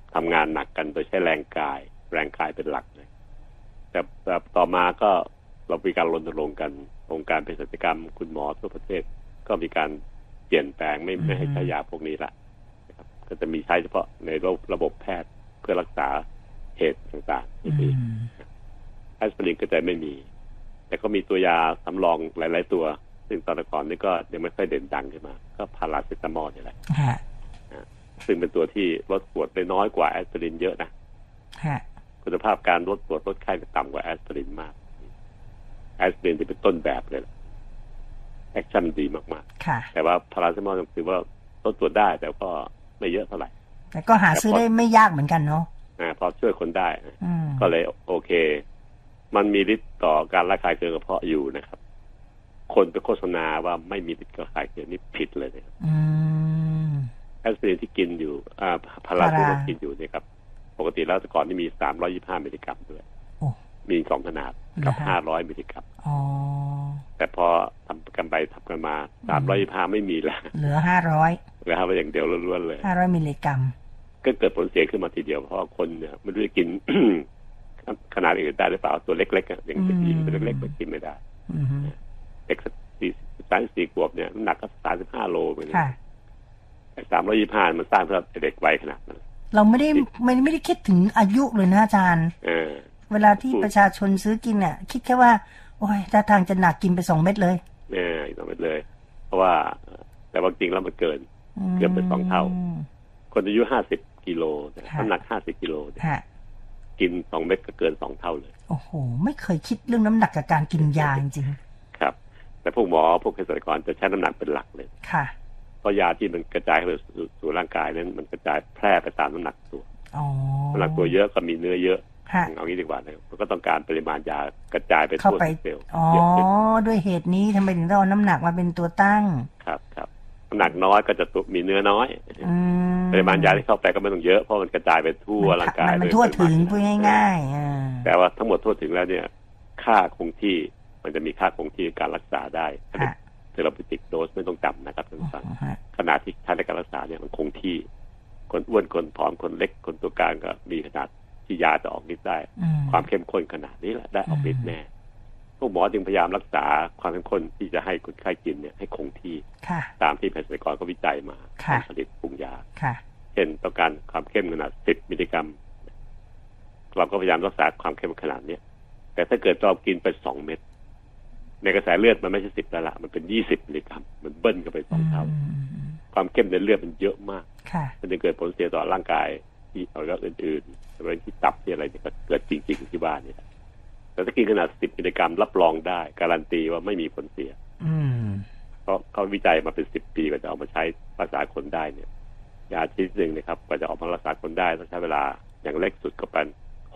ทำงานหนักกันโดยใช้แรงกายเป็นหลักเลยแต่ต่อมาก็เรามีการรณรงค์กันองค์การเภสัชกรรมคุณหมอทั่วประเทศก็มีการเปลี่ยนแปลงไม่ให้ใช้ยาพวกนี้ละนะครับก็จะมีใช้เฉพาะในระบบแพทย์เพื่อรักษาเหตุต่างๆที่มีแอสไพรินก็จะไม่มีแต่ก็มีตัวยาสำรองหลายๆตัวซึ่งตอนก่อนนี่ก็ยังไม่ค่อยเด่นดังขึ้นมาก็พาราเซตามอลนี่แหละซึ่งเป็นตัวที่ลดปวดได้น้อยกว่าแอสไพรินเยอะนะคุณภาพการลดปวดลดไข้ต่ำกว่าแอสไพรินมากแอสไพรินจะเป็นต้นแบบเลยแอคชั่นดีมากๆแต่ว่าพาราเซตามอลถือว่าลดปวดได้แต่ก็ไม่เยอะเท่าไหร่แต่ก็หาซื้อได้ไม่ยากเหมือนกันเนาะพอช่วยคนได้ก็เลยโอเคมันมีฤทธิ์ต่อการระคายเคืองกระเพาะอยู่นะครับคนไปโฆษณาว่าไม่มีฤทธิ์ระคายเคืองนี่ผิดเลยนะครับแอสไพรินที่กินอยู่พาราที่เรากินอยู่เนี่ยครับปกติแล้วแต่ก่อนนี่มี325มิลลิกรัมด้วยมี2ขนาดกับ500มิลลิกรัมแต่พอทำกันไปทำกันมา325ไม่มีแล้วเหลือ500 อย่างเดียวล้วนๆเลย 500มิลลิกรัมก็เกิดผลเสียขึ้นมาทีเดียวเพราะคนเนี่ยไม่รู้จะกิน ขนาดอื่นได้หรือเปล่าตัวเล็กๆอย่างเด็กหญิงตัวเล็กๆมันกินไม่ได้เด็ก4 ขวบเนี่ยน้ำหนักก็35โลเหมือนกันแต่325มันสร้างเพื่อเด็กวัยขนาดนั้นเราไม่ได้คิดถึงอายุเลยนะอาจารย์เวลาที่ประชาชนซื้อกินเนี่ยคิดแค่ว่าโอ้ยถ้าทางจะหนักกินไป2 เม็ดเลย 2 เม็ดเลยเพราะว่าแต่ว่าจริงแล้วมันเกินเกือบเป็น2 เท่าคนอายุ50 กิโลน้ำหนัก50 กิโลกิน2 เม็ดก็เกิน2 เท่าเลยโอ้โหไม่เคยคิดเรื่องน้ำหนักกับการกินยาจริงๆครับแต่พวกหมอพวกเภสัชกรจะใช้น้ำหนักเป็นหลักเลยค่ะเพราะยาที่มันกระจายไปสู่ร่างกายนั้นมันกระจายแพร่ไปตามน้ำหนักตัวน้ำหนักตัวเยอะก็มีเนื้อเยอะเอางี้ดีกว่านะมันก็ต้องการปริมาณยากระจายไปทั่วเซลล์เยอะขึ้นด้วยเหตุนี้ทำไมถึงต้องเอาน้ำหนักมาเป็นตัวตั้งครับน้ำหนักน้อยก็จะมีเนื้อน้อยปริมาณยาที่เข้าไปก็ไม่ต้องเยอะเพราะมันกระจายไปทั่วร่างกายมันทั่วถึงพูดง่ายๆแต่ว่าทั้งหมดทั่วถึงแล้วเนี่ยค่าคงที่มันจะมีค่าคงที่การรักษาได้เทอราปิติกโดสไม่ต้องจำนะครับท่านผู้ฟังขนาดที่ใช้ในการรักษาเนี่ยมันคงที่คนอ้วนคนผอมคนเล็กคนตัวกลางก็มีขนาดที่ยาจะออกฤทธิ์ได้ความเข้มข้นขนาดนี้แหละได้ออกฤทธิ์แน่พวกหมอจึงพยายามรักษาความเข้มข้นที่จะให้คนไข้กินเนี่ยให้คงที่ตามที่เภสัชกรก็วิจัยมาผลิตปรุงยาเช่นต้องการความเข้มขนาด10 มิลลิกรัมเราก็พยายามรักษาความเข้มขนาดนี้แต่ถ้าเกิดเรากินไป2 เม็ดในกระแสเลือดมันไม่ใช่10แล้วล่ะมันเป็น20 มิลลิกรัมมันเบิ้ลกันไป2 เท่าความเข้มในเลือดมันเยอะมากมันจะเกิดผลเสียต่อร่างกายที่อวัยวะอื่นๆบริเวณที่ตับที่อะไรเนี่ยก็เกิดจริงๆที่บ้านนี่แหละแต่ถ้ากินขนาด10 มิลลิกรัมรับรองได้การันตีว่าไม่มีผลเสียเพราะเขาวิจัยมาเป็น10 ปีกว่าจะเอามาใช้รักษาคนได้เนี่ยยาชนิดนึงนะครับกว่าจะออกมารักษาคนได้ต้องใช้เวลาอย่างเล็กสุดก็เป็น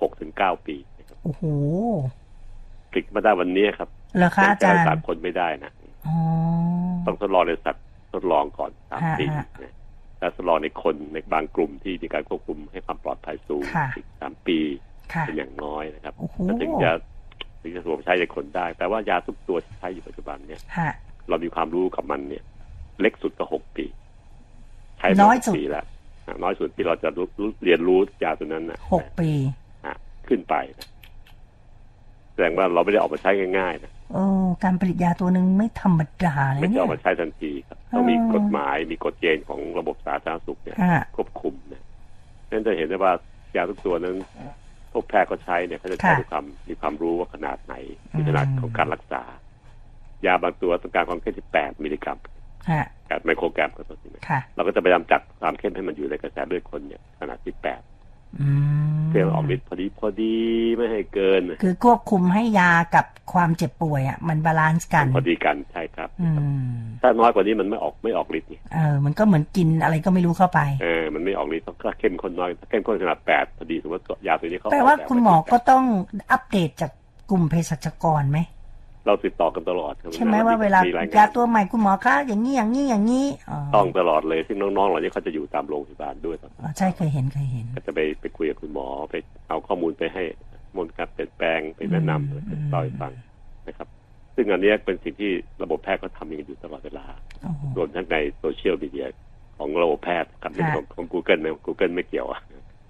6-9 ปีนะครับโอ้โหผลิตมาได้วันนี้ครับราคาอาจารย์รักษาคนไม่ได้นะต้องทดลองในสัตว์ทดลองก่อน3 ปีแล้วทดลองในคนในบางกลุ่มที่มีการควบคุมให้ความปลอดภัยสูง3 ปีเป็นอย่างน้อยนะครับถึงจะสวมใช้ในคนได้แต่ว่ายาทุกตัวที่ใช้อยู่ปัจจุบันเนี่ยเรามีความรู้กับมันเนี่ยเล็กสุดก็6 ปีใช้น้อยสุดแล้วน้อยสุดที่เราจะเรียนรู้ยาตัวนั้นนะ 6 ปีขึ้นไปนะแสดงว่าเราไม่ได้ออกมาใช้ง่ายๆนะการผลิตยาตัวนึงไม่ธรรมดาเลยไม่จะออกมาใช้ทันทีครับต้องมีกฎหมายมีกฎเกณฑ์ของระบบสาธารณสุขเนี่ยควบคุมนะนั่นจะเห็นได้ว่ายาทุกตัวนั้นพวกแพทย์ก็ใช้เนี่ยเขาจะใช้ด้วยความมีความรู้ว่าขนาดไหนมีขนาดของการรักษายาบางตัวต้องการความเข้มที่8 มิลลิกรัม8 ไมโครกรัมก็ตัวนี้เราก็จะพยายามจัดความเข้มให้มันอยู่ในกระแสเลือดคนเนี่ยขนาดที่8เพื่อออกฤทธิ์พอดีไม่ให้เกินคือควบคุมให้ยากับความเจ็บป่วยอ่ะมันบาลานซ์กันพอดีกันใช่ครับถ้าน้อยกว่านี้มันไม่ออกฤทธิ์นี่มันก็เหมือนกินอะไรก็ไม่รู้เข้าไปมันไม่ออกฤทธิ์ต้องเข้มข้นน้อยเข้มข้นขนาด8พอดีสมมติยาตัวนี้เขาแปลว่าคุณหมอก็ต้องอัปเดตจากกลุ่มเภสัชกรไหมเราติดต่อกันตลอดใช่ไหมว่าเวลายาตัวใหม่คุณหมอคะอย่างนี้ต้องตลอดเลยซึ่งน้องๆเหล่านี้เขาจะอยู่ตามโรงพยาบาลด้วยใช่เคยเห็นก็จะไปคุยกับคุณหมอไปเอาข้อมูลไปให้มนการเปลี่ยนแปลงไปแนะนำไปต่อยฟังนะครับซึ่งอันนี้เป็นสิ่งที่ระบบแพทย์ก็ทำอยู่ตลอดเวลารวมทั้งในโซเชียลมีเดียของระบบแพทย์กับของ Google นะ Google ไม่เกี่ยว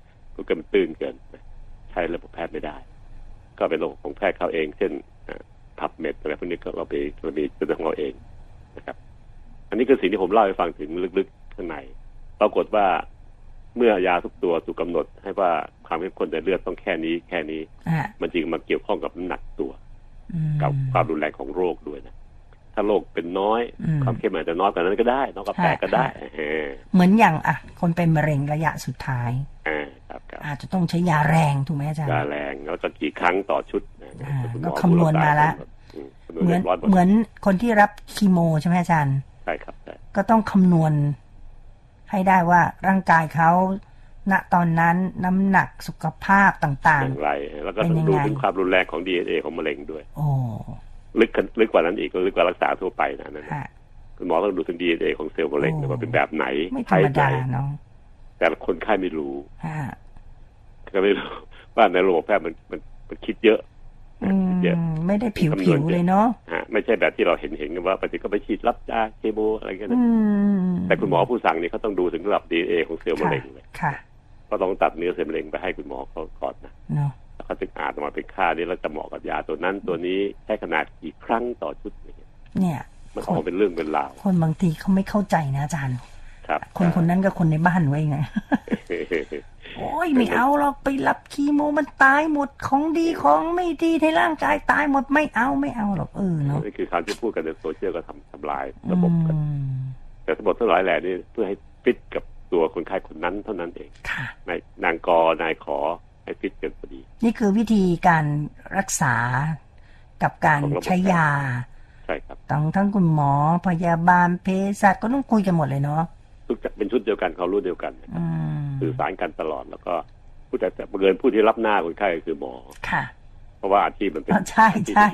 มันก็มันตื้นเกินใช้ระบบแพทย์ไม่ได้ก็เป็นระบบของแพทย์เขาเองเช่นพับเม็ดอะไรพวกนี้ก็เรามีเป็นของเราเองนะครับอันนี้คือสิ่งที่ผมเล่าให้ฟังถึงลึกๆข้างในปรากฏว่าเมื่อยาทุกตัวถูกกำหนดให้ว่าความเข้มข้นในเลือดต้องแค่นี้มันจริงมาเกี่ยวข้องกับน้ำหนักตัวกับความรุนแรงของโรคด้วยนะถ้าโรคเป็นน้อยความเข้มอาจจะน้อยกว่านั้นก็ได้น้อยกว่า8ก็ได้เหมือนอย่างคนเป็นมะเร็งระยะสุดท้ายอาจจะต้องใช้ยาแรงถูกไหมอาจารย์ยาแรงแล้วก็กี่ครั้งต่อชุดก็คำนวณมาแล้วเหมือนคนที่รับคีโมใช่ไหมอาจารย์ใช่ครับก็ต้องคำนวณให้ได้ว่าร่างกายเขาณตอนนั้นน้ำหนักสุขภาพต่างๆอย่างไรแล้วก็ต้องดูถึงความรุนแรงของ DNA ของมะเร็งด้วยโอ้ลึกกว่านั้นอีกลึกกว่ารักษาทั่วไปนะนั่นคุณหมอต้องดูถึง DNA ของเซลล์มะเร็งว่าเป็นแบบไหนไม่ธรรมดาเนาะแต่คนไข้ไม่รู้ก็ไม่รู้ว่าในระบบแพทย์มันคิดเยอะไม่ได้ผิวเลยเนาะไม่ใช่แบบที่เราเห็นกันว่าปกติก็ไปฉีดรับยาเคมีอะไรกันนะแต่คุณหมอผู้สั่งนี่เขาต้องดูถึงระดับ DNA ของเซลล์มะเร็งเลยก็ต้องตัดเนื้อเซลล์มะเร็งไปให้คุณหมอเขาก่อนนะแล้วเขาจะอ่านออกมาเป็นค่านี้แล้วจะเหมาะกับยาตัวนั้นตัวนี้ใช้ขนาดกี่ครั้งต่อชุดเนี่ยมันออกเป็นเรื่องเป็นราวคนบางทีเขาไม่เข้าใจนะอาจารย์คนนั้นกับคนในบ้านไว้ไงโอ้ยไม่เอาหรอกไปรับคีโมมันตายหมดของดีของไม่ดีในร่างกายตายหมดไม่เอาหรอกเนาะนี่คือการที่พูดกันในโซเชียลก็ทำลายระบบกันแต่ทั้งหมดทั้งหลายแหล่นี่เพื่อให้ฟิตกับตัวคนไข้คนนั้นเท่านั้นเองนางกนายขอให้ฟิตกันพอดีนี่คือวิธีการรักษากับการใช้ยาใช่ครับทั้งคุณหมอพยาบาลเภสัชก็ต้องคุยกันหมดเลยเนาะเป็นชุดเดียวกันเขารู้เดียวกันสื่อสารกันตลอดแล้วก็ผู้แต่บังเอิญผู้ที่รับหน้าคนไข้คือหมอค่ะเพราะว่าอาชีพมันเป็นใช่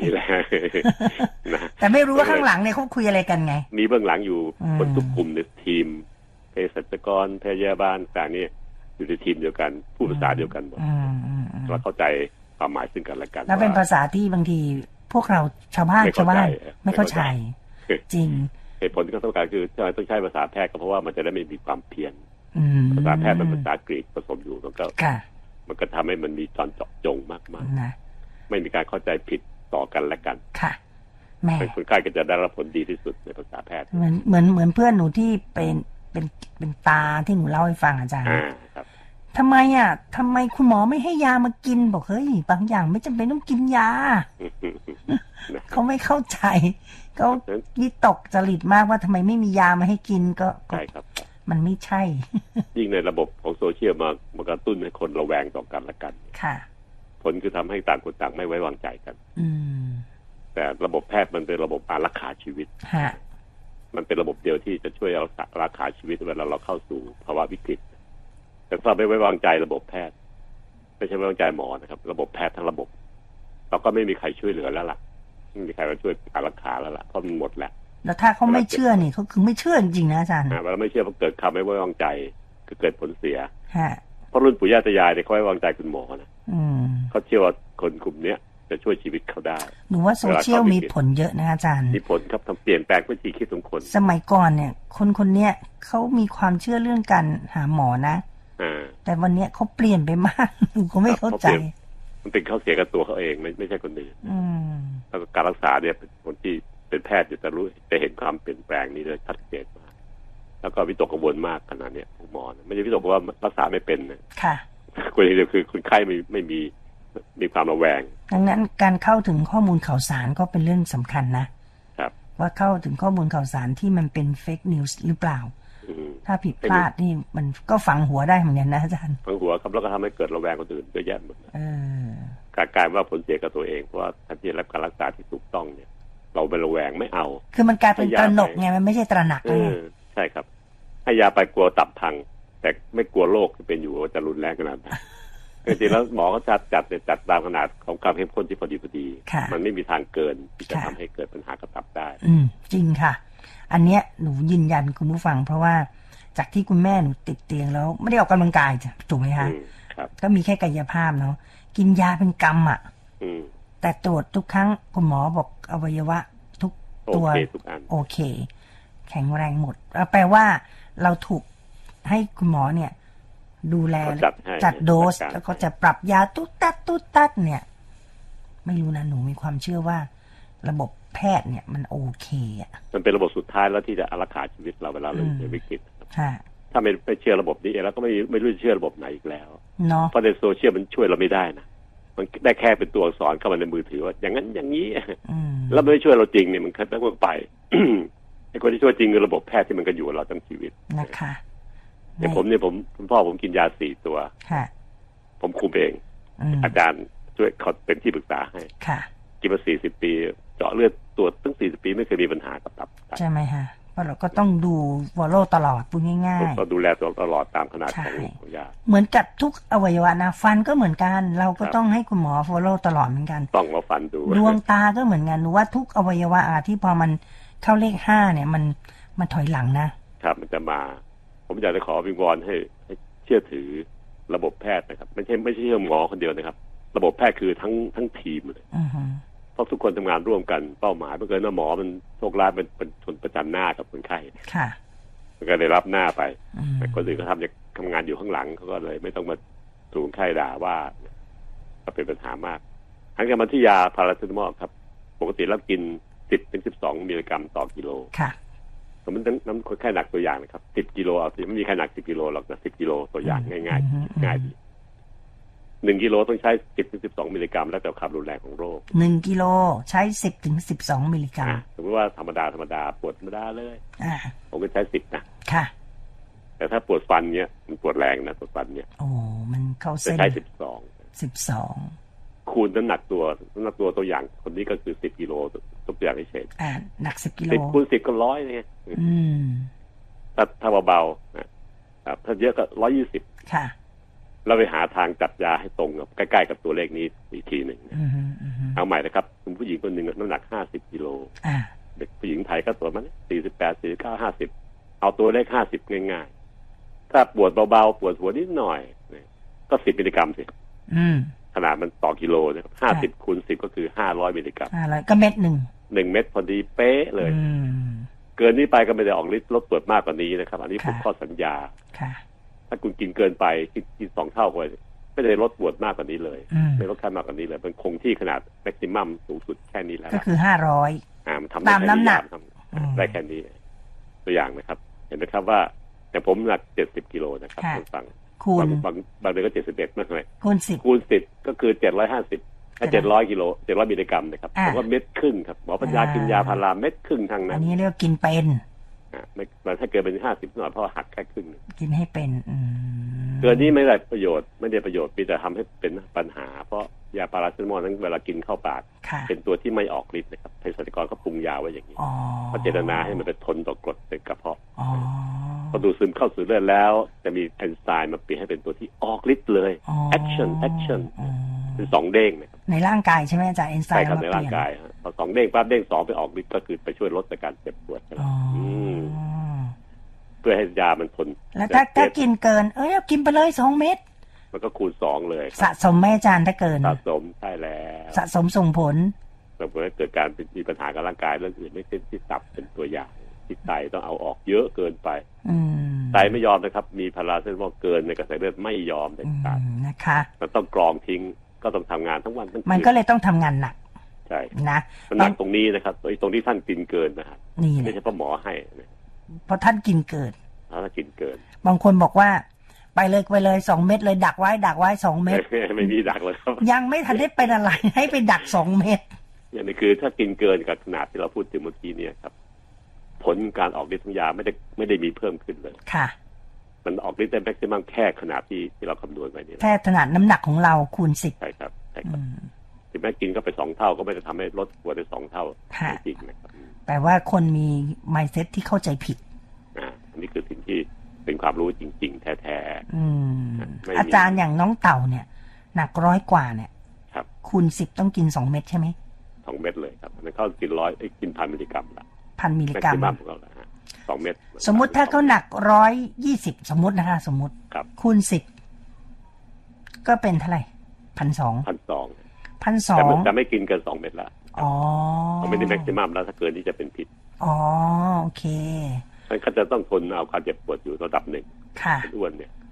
แต่ไม่รู้ว่าข้างหลังเนี่ยเขาคุยอะไรกันไงมีเบื้องหลังอยู่คนทุกกลุ่มในทีมเภสัชกรพยาบาลต่างนี่อยู่ในทีมเดียวกันพูดภาษาเดียวกันหมดแล้วเข้าใจความหมายซึ่งกันและกันแล้วเป็นภาษาที่บางทีพวกเราชาวบ้านไม่เข้าใจจริงเหตุผลที่เขาต้องการคือต้องใช้ภาษาแพทย์ก็เพราะว่ามันจะได้ไม่มีความเพี้ยนภาษาแพทย์มันภาษากรีกผสมอยู่มันก็ทำให้มันมีตอนเจาะจงมากๆไม่มีการเข้าใจผิดต่อกันและกันค่ะแม่คนไข้ก็จะได้รับผลดีที่สุดในภาษาแพทย์เหมือนเพื่อนหนูที่เป็นตาที่หนูเล่าให้ฟังอาจารย์ทำไมคุณหมอไม่ให้ยามากินบอกเฮ้ยบางอย่างไม่จำเป็นต้องกินยาเขาไม่เข้าใจเขาวิตกจริตมากว่าทำไมไม่มียามาให้กินก็ใช่ครับมันไม่ใช่ยิ่งในระบบของโซเชียลมากระตุ้นให้คนระแวงต่อกันและกันค่ะผลคือทำให้ต่างคนต่างไม่ไว้วางใจกันแต่ระบบแพทย์มันเป็นระบบอารักขาชีวิตมันเป็นระบบเดียวที่จะช่วยรักษาชีวิตเวลาเราเข้าสู่ภาวะวิกฤตแต่ถ้าไม่ไว้วางใจระบบแพทย์ไม่ใช่ไว้วางใจหมอนะครับระบบแพทย์ทั้งระบบเราก็ไม่มีใครช่วยเหลือแล้วล่ะไม่มีใครมาช่วยอารักขาแล้วล่ะเพราะมันหมดแล้วถ้าเขาไม่เชื่อนี่เขาคือไม่เชื่อจริงๆนะอาจารย์เวลาไม่เชื่อพอเกิดคำไม่ไว้วางใจก็เกิดผลเสียเพราะรุ่นปู่ย่าตายายเนี่ยเขาไว้วางใจคุณหมอนะเขาเชื่อว่าคนกลุ่มนี้จะช่วยชีวิตเขาได้หนูว่าโซเชียลมีผลเยอะนะอาจารย์มีผลครับทำเปลี่ยนแปลงวิธีคิดของคนสมัยก่อนเนี่ยคนเนี้ยเขามีความเชื่อเรื่องการหาหมอนะแต่วันนี้เขาเปลี่ยนไปมากหนูก็ไม่เข้าใจมันเป็นเขาเสียกับตัวเขาเองไม่ใช่คนอื่นแล้วการรักษาเนี่ยเป็นคนที่เป็นแพทย์จะรู้จะเห็นความเปลี่ยนแปลงนี้เลยชัดเจนมากแล้วก็วิตกกังวลมากขนาดนี้หมอไม่ใช่วิตกว่ารักษาไม่เป็นนะค่ะคนเดียวคือคนไข้ไม่มีความระแวงดังนั้นการเข้าถึงข้อมูลข่าวสารก็เป็นเรื่องสำคัญนะครับว่าเข้าถึงข้อมูลข่าวสารที่มันเป็นเฟกนิวส์หรือเปล่าถ้าผิดพลาดนี่มันก็ฝังหัวได้เหมือนกันนะอาจารย์ฝังหัวครับแล้วก็ทำให้เกิดระแวงคนอื่นเยอะแยะหมดกลายว่าผลเสียกับตัวเองเพราะว่าถ้าที่รับการรักษาที่ถูกต้องเนี่ยเราไประแวงไม่เอาคือมันกลายเป็นตระหนกไงมันไม่ใช่ตระหนักเลยใช่ครับให้ยาไปกลัวตับพังแต่ไม่กลัวโรคที่เป็นอยู่ว่าจะรุนแรงขนาดไหนจริงๆแล้วหมอเขาจัดตามขนาดของความเข้มข้นที่พอดีมันไม่มีทางเกินที่จะทำให้เกิดปัญหากับตับได้จริงค่ะอันเนี้ยหนูยืนยันคุณผู้ฟังเพราะว่าจากที่คุณแม่หนูติดเตียงแล้วไม่ได้ออกกำลังกายจ้ะถูกไหมคะก็มีแค่กายภาพเนาะกินยาเป็นกรรมแต่ตรวจทุกครั้งคุณหมอบอกอวัยวะทุกตัวโอเคแข็งแรงหมดแปลว่าเราถูกให้คุณหมอเนี่ยดูแลจัดโดสแล้วก็จะปรับยาตุ๊ดตัดเนี่ยไม่รู้นะหนูมีความเชื่อว่าระบบแพทย์เนี่ยมันโอเคอ่ะมันเป็นระบบสุดท้ายแล้วที่จะอารักขาชีวิตเราเวลาเราเจอวิกฤตถ้าไม่เชื่อระบบนี้แล้วก็ไม่รู้จะเชื่อระบบไหนอีกแล้วเพราะในโซเชียลมันช่วยเราไม่ได้นะมันได้แค่เป็นตัวอักษรเข้ามาในมือถือว่าอย่างนั้นอย่างนี้แล้วไม่ช่วยเราจริงเนี่ยมันต้องไปไอ้คนที่ช่วยจริงคือระบบแพทย์ที่มันก็อยู่กับเราทั้งชีวิตนะคะอย่างผมเนี่ยคุณพ่อผมกินยา4 ตัวผมคุมเองอาจารย์ช่วยเขาเป็นที่ปรึกษาให้กินมา40 ปีเจาะเลือดตรวจตั้ง40 ปีไม่เคยมีปัญหากับตับใช่ไหมฮะเพราะเราก็ต้องดูวอลโลตลอดพูดง่ายๆเราดูแลตลอดตามขนาดของยาเหมือนกับทุกอวัยวะนะฟันก็เหมือนกันเราก็ต้องให้คุณหมอวอลโลตลอดเหมือนกันต้องมาฟันดูดวงตาก็เหมือนกันว่าทุกอวัยวะที่พอมันเข้าเลข5เนี่ยมันถอยหลังนะครับมันจะมาผมอยากจะขอวิงวอนให้เชื่อถือระบบแพทย์นะครับไม่ใช่เชื่อหมอคนเดียวนะครับระบบแพทย์คือทั้งทีมเลยเพราะทุกคนทำงานร่วมกันเป้าหมายเมื่อเกินว่าหมอมันโชคร้ายเป็นชนประจันหน้ากับคนไข้มันก็เลยรับหน้าไปแต่คนอื่นก็ทำงานอยู่ข้างหลังเขาก็เลยไม่ต้องมาถูกไข้ด่าว่าก็เป็นปัญหามากทั้งจากมันที่ยาพาราเซตามอลครับปกติแล้วกิน10-12 มิลลิกรัมต่อกิโลผมน้ำคนไข้หนักตัวอย่างนะครับ10 กิโลเอาสิไม่มีใครหนัก10 กิโลหรอกนะ10 กิโลตัวอย่างง่ายดี1 กิโลต้องใช้10-12 มิลลิกรัมแล้วแต่ความรุนแรงของโรค 1 กิโลใช้10-12 มิลลิกรัมสมมติว่าธรรมดาปวดธรรมดาเลยผมก็ใช้10นะค่ะแต่ถ้าปวดฟันเนี้ยมันปวดแรงนะปวดฟันเนี้ยโอ้มันเข้าเส้นใช้12คูณน้ำหนักตัวตัวอย่างคนนี้ก็คือ10 กิโลตัวอย่างเฉยหนัก10 กิโล 10 คูณ 10ก็100เลยถ้าเบาๆถ้าเยอะก็120 ค่ะเราไปหาทางจัดยาให้ตรงกับใกล้ๆกับตัวเลขนี้อีกทีหนึ่งเอาใหม่นะครับคุณผู้หญิงคนหนึ่งน้ำหนัก50 กิโลเด็กผู้หญิงไทยก็ตัวมัน48 49 50เอาตัวเลข50ง่ายๆถ้าปวดเบาๆปวดหัวนิดหน่อยก็10 มิลลิกรัมสิขนาดมันต่อกิโลนะครับ50 คูณ 10ก็คือ500 มิลลิกรัมก็เม็ด1 เม็ดพอดีเป๊ะเลยเกินนี้ไปก็ไม่ได้ออกฤทธิ์ลดปวดมากกว่านี้นะครับอันนี้เป็นข้อสัญญาถ้าคุณกินเกินไปกิน2 เท่าไปไม่ได้ลดปวดมากกว่านี้เลยไม่ลดค่ามากกว่านี้เลยมันคงที่ขนาดแม็กซิมัมสูงสุดแค่นี้แล้วก็คือ500 มันทำตามน้ำหนักได้แค่นี้ตัวอย่างนะครับเห็นไหมครับว่าแต่ผมหนัก70 กิโลนะครับคุณฟังบางเดือนก็71มากเลยคูณ10ก็คือ750 700 กิโล700 มิลลิกรัมนะครับผมว่าเม็ดครึ่งครับหมอปัญญากินยาพาราเม็ดครึ่งทางนั้นอันนี้เรียกกินเป็นไม่ถ้าเกินเป็น50หน่อยเพราะหักแค่ครึ่งกินให้เป็นเกินนี้ไม่ได้ประโยชน์มีแต่ทำให้เป็นปัญหาเพราะยาพาราเซตามอลนั้นเวลากินเข้าปากเป็นตัวที่ไม่ออกฤทธิ์นะครับเภสัชกรเขาปรุงยาไว้อย่างนี้เขาเจตนาให้มันไปทนต่อกรดในกระเพาะพอดูดซึมเข้าสู่เลือดแล้วจะมีเอนไซม์มาเปลี่ยนให้เป็นตัวที่ออกฤทธิ์เลย action เป็น2 เด้งนะครับในร่างกายใช่ไหมอาจารย์เอนไซม์มาเปลี่ยนในร่างกายพอ2 เด้งปั๊บเด้ง2ไปออกฤทธิ์ก็คือไปช่วยลดอาการเจ็บปวดเพื่อให้ยามันทนแล้วถ้ากินเกินกินไปเลย2 เม็ดมันก็คูณ2เลยสะสมแม่อาจารย์ถ้าเกินสะสมใช่แล้วสะสมส่งผลให้เกิดการมีปัญหากับร่างกายเรื่องอื่นไม่เช่นที่ตับเป็นตัวอย่างที่ไตต้องเอาออกเยอะเกินไปไตไม่ยอมนะครับมีพาราเซตามอลเกินในกระแสเลือดไม่ยอมเด็ดขาดนะคะมันต้องกรองทิ้งก็ต้องทำงานทั้งวันทั้งคืนมันก็เลยต้องทำงานหนักใช่นะมันหนักตรงนี้นะครับตรงที่ท่านกินเกินนะครับไม่ใช่เพราะหมอให้เพราะท่านกินเกินถ้ากินเกินบางคนบอกว่าไปเลย2 เม็ดเลยดักไว้2 เม็ดไม่มีดักเลยครับยังไม่ทันได้เป็นอะไรให้ไปดัก2 เม็ดอย่างนี้คือถ้ากินเกินกับขนาดที่เราพูดถึงเมื่อกี้เนี่ยครับผลการออกฤทธิ์ของยาไม่ได้มีเพิ่มขึ้นเลยค่ะมันออกฤทธิ์ได้แม็กซิมัมแค่ขนาดที่เราคำนวณไว้นี่แค่ขนาดน้ำหนักของเราคูณ10 ใช่ครับถึงแม้กินก็ไป2 เท่าก็ไม่ได้ทำให้ลดปวดได้2 เท่าจริงนะครับแปลว่าคนมี mindset ที่เข้าใจผิดอันนี้คือสิ่งที่เป็นความรู้จริงๆแท้ๆอาจารย์อย่างน้องเต่าเนี่ยหนัก100 กว่าเนี่ยคูณ10ต้องกิน2 เม็ดใช่ไหม 2 เม็ดเลยครับมันเข้ากินกิน1,000 มิลลิกรัมละ 1,000 มิลลิกรัม 2 เม็ดสมมุติถ้าเขาหนัก120สมมุตินะคะสมมุติคูณ10ก็เป็นเท่าไหร่ 1,200 แต่ไม่กินเกิน2 เม็ดละมันไม่ได้แม็กซิมัมแล้วถ้าเกินที่จะเป็นผิดโอเคมันก็จะต้องทนเอาความเจ็บปวดอยู่ระดับหนึ่งค่ะอ้วนเนี่ย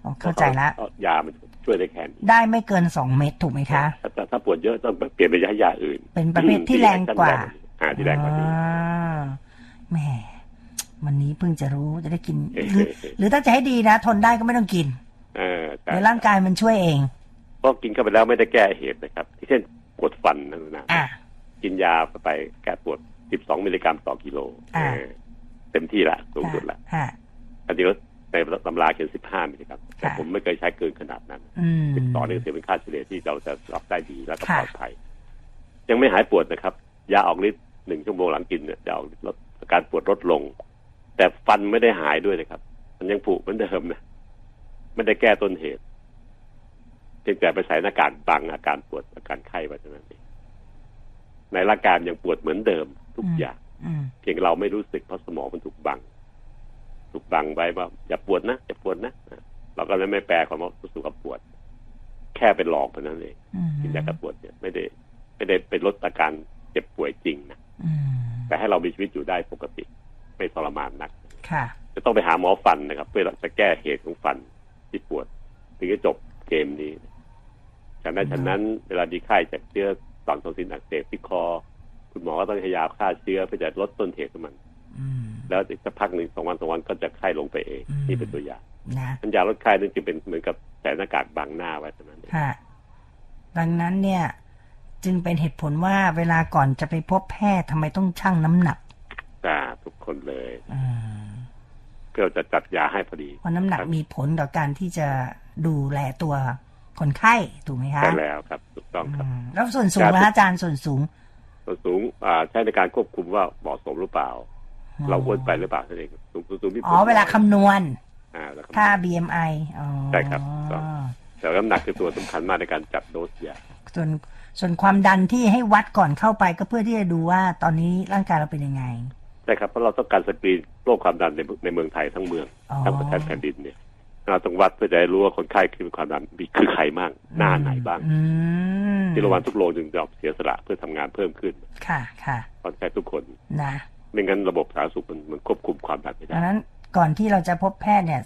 เข้าใจแล้วยามันช่วยได้แค่นี้ได้ไม่เกิน2 เม็ดถูกไหมคะถ้าปวดเยอะต้องเปลี่ยนไปใช้ยาอื่นเป็นประเภทที่แรงกว่าที่แรงกว่านี้แหมวันนี้เพิ่งจะรู้จะได้กินหรือถ้าจะให้ดีนะทนได้ก็ไม่ต้องกินเดี๋ยวร่างกายมันช่วยเองเพราะกินเข้าไปแล้วไม่ได้แก้เหตุนะครับที่เช่นปวดฟันนะกินยาไปแก้ปวด12 มิลลิกรัมต่อกิโลเต็มที่ละสูงสุดละอันนี้ในตำราเขียน15 มิลลิกรัมแต่ผมไม่เคยใช้เกินขนาดนั้น12นี่ถือเป็นค่าเฉลี่ยที่เราจะรับได้ดีและปลอดภัยยังไม่หายปวดนะครับยาออกฤทธิ์1 ชั่วโมงหลังกินเนี่ยจะออกฤทธิ์ลดอาการปวดลดลงแต่ฟันไม่ได้หายด้วยนะครับมันยังผุเหมือนเดิมนะไม่ได้แก้ต้นเหตุเพียงแต่ไปใส่หน้ากากบังอาการปวดอาการไข้ไว้เท่านั้นเองในร่างกายยังปวดเหมือนเดิมทุกอย่างเพียงเราไม่รู้สึกเพราะสมองมันถูกบังไว้ว่าอย่าปวดนะอย่าปวดนะเราก็เลยไม่แปลความว่ารู้สึกว่าปวดแค่เป็นหลอกเท่านั้นเองกินยาแก้ปวดเนี่ยไม่ได้เป็นลดอาการเจ็บป่วยจริงนะแต่ให้เรามีชีวิตอยู่ได้ปกติไม่ทรมานนักจะต้องไปหาหมอฟันนะครับเพื่อจะแก้เหตุของฟันที่ปวดถึงจะจบเกมนี้ฉะนั้นเวลามีไข้จากเชื้อต่อมทอนซิลอักเสบที่คอคุณหมอก็ต้องให้ยาฆ่าเชื้อเพื่อจะลดต้นเหตุของมันแล้วอีกสักพัก1-2 วันก็จะไข้ลงไปเองนี่เป็นตัวอย่างยาลดไข้นั่นจึงเป็นเหมือนกับใส่หน้ากากบังหน้าไว้เท่านั้นดังนั้นเนี่ยจึงเป็นเหตุผลว่าเวลาก่อนจะไปพบแพทย์ทำไมต้องชั่งน้ำหนักทุกคนเลยเพื่อจะจัดยาให้พอดีเพราะน้ำหนักมีผลต่อการที่จะดูแลตัวคนไข้ถูกไหมคะใช่แล้วครับถูกต้องครับแล้วส่วนสูงนะอาจารย์ส่วนสูงใช้ในการควบคุมว่าเหมาะสมหรือเปล่าเราอ้วนไปหรือเปล่านั่นเองสูงมีผลเวลาคำนวณค่า BMI ใช่ครับแต่น้ำหนักคือตัวสำคัญมากในการจัดโดสยาส่วนความดันที่ให้วัดก่อนเข้าไปก็เพื่อที่จะดูว่าตอนนี้ร่างกายเราเป็นยังไงใช่ครับเพราะเราต้องการสกรีนโรคความดันในเมืองไทยทั้งเมืองทั้งประเทศแผ่นดินเนี่ยเราต้องวัดเพื่อจะรู้ว่าคนไข้คือความดันคือใครบ้างหน้าไหนบ้างที่โรงพยาบาลทุกโรงจึงจะเสียสละเพื่อทำงานเพิ่มขึ้นค่ะคนไข้ทุกคนนะไม่งั้นระบบสาธารณสุขมันควบคุมความดันไม่ได้ดังนั้นก่อนที่เราจะพบแพทย์เนี่ย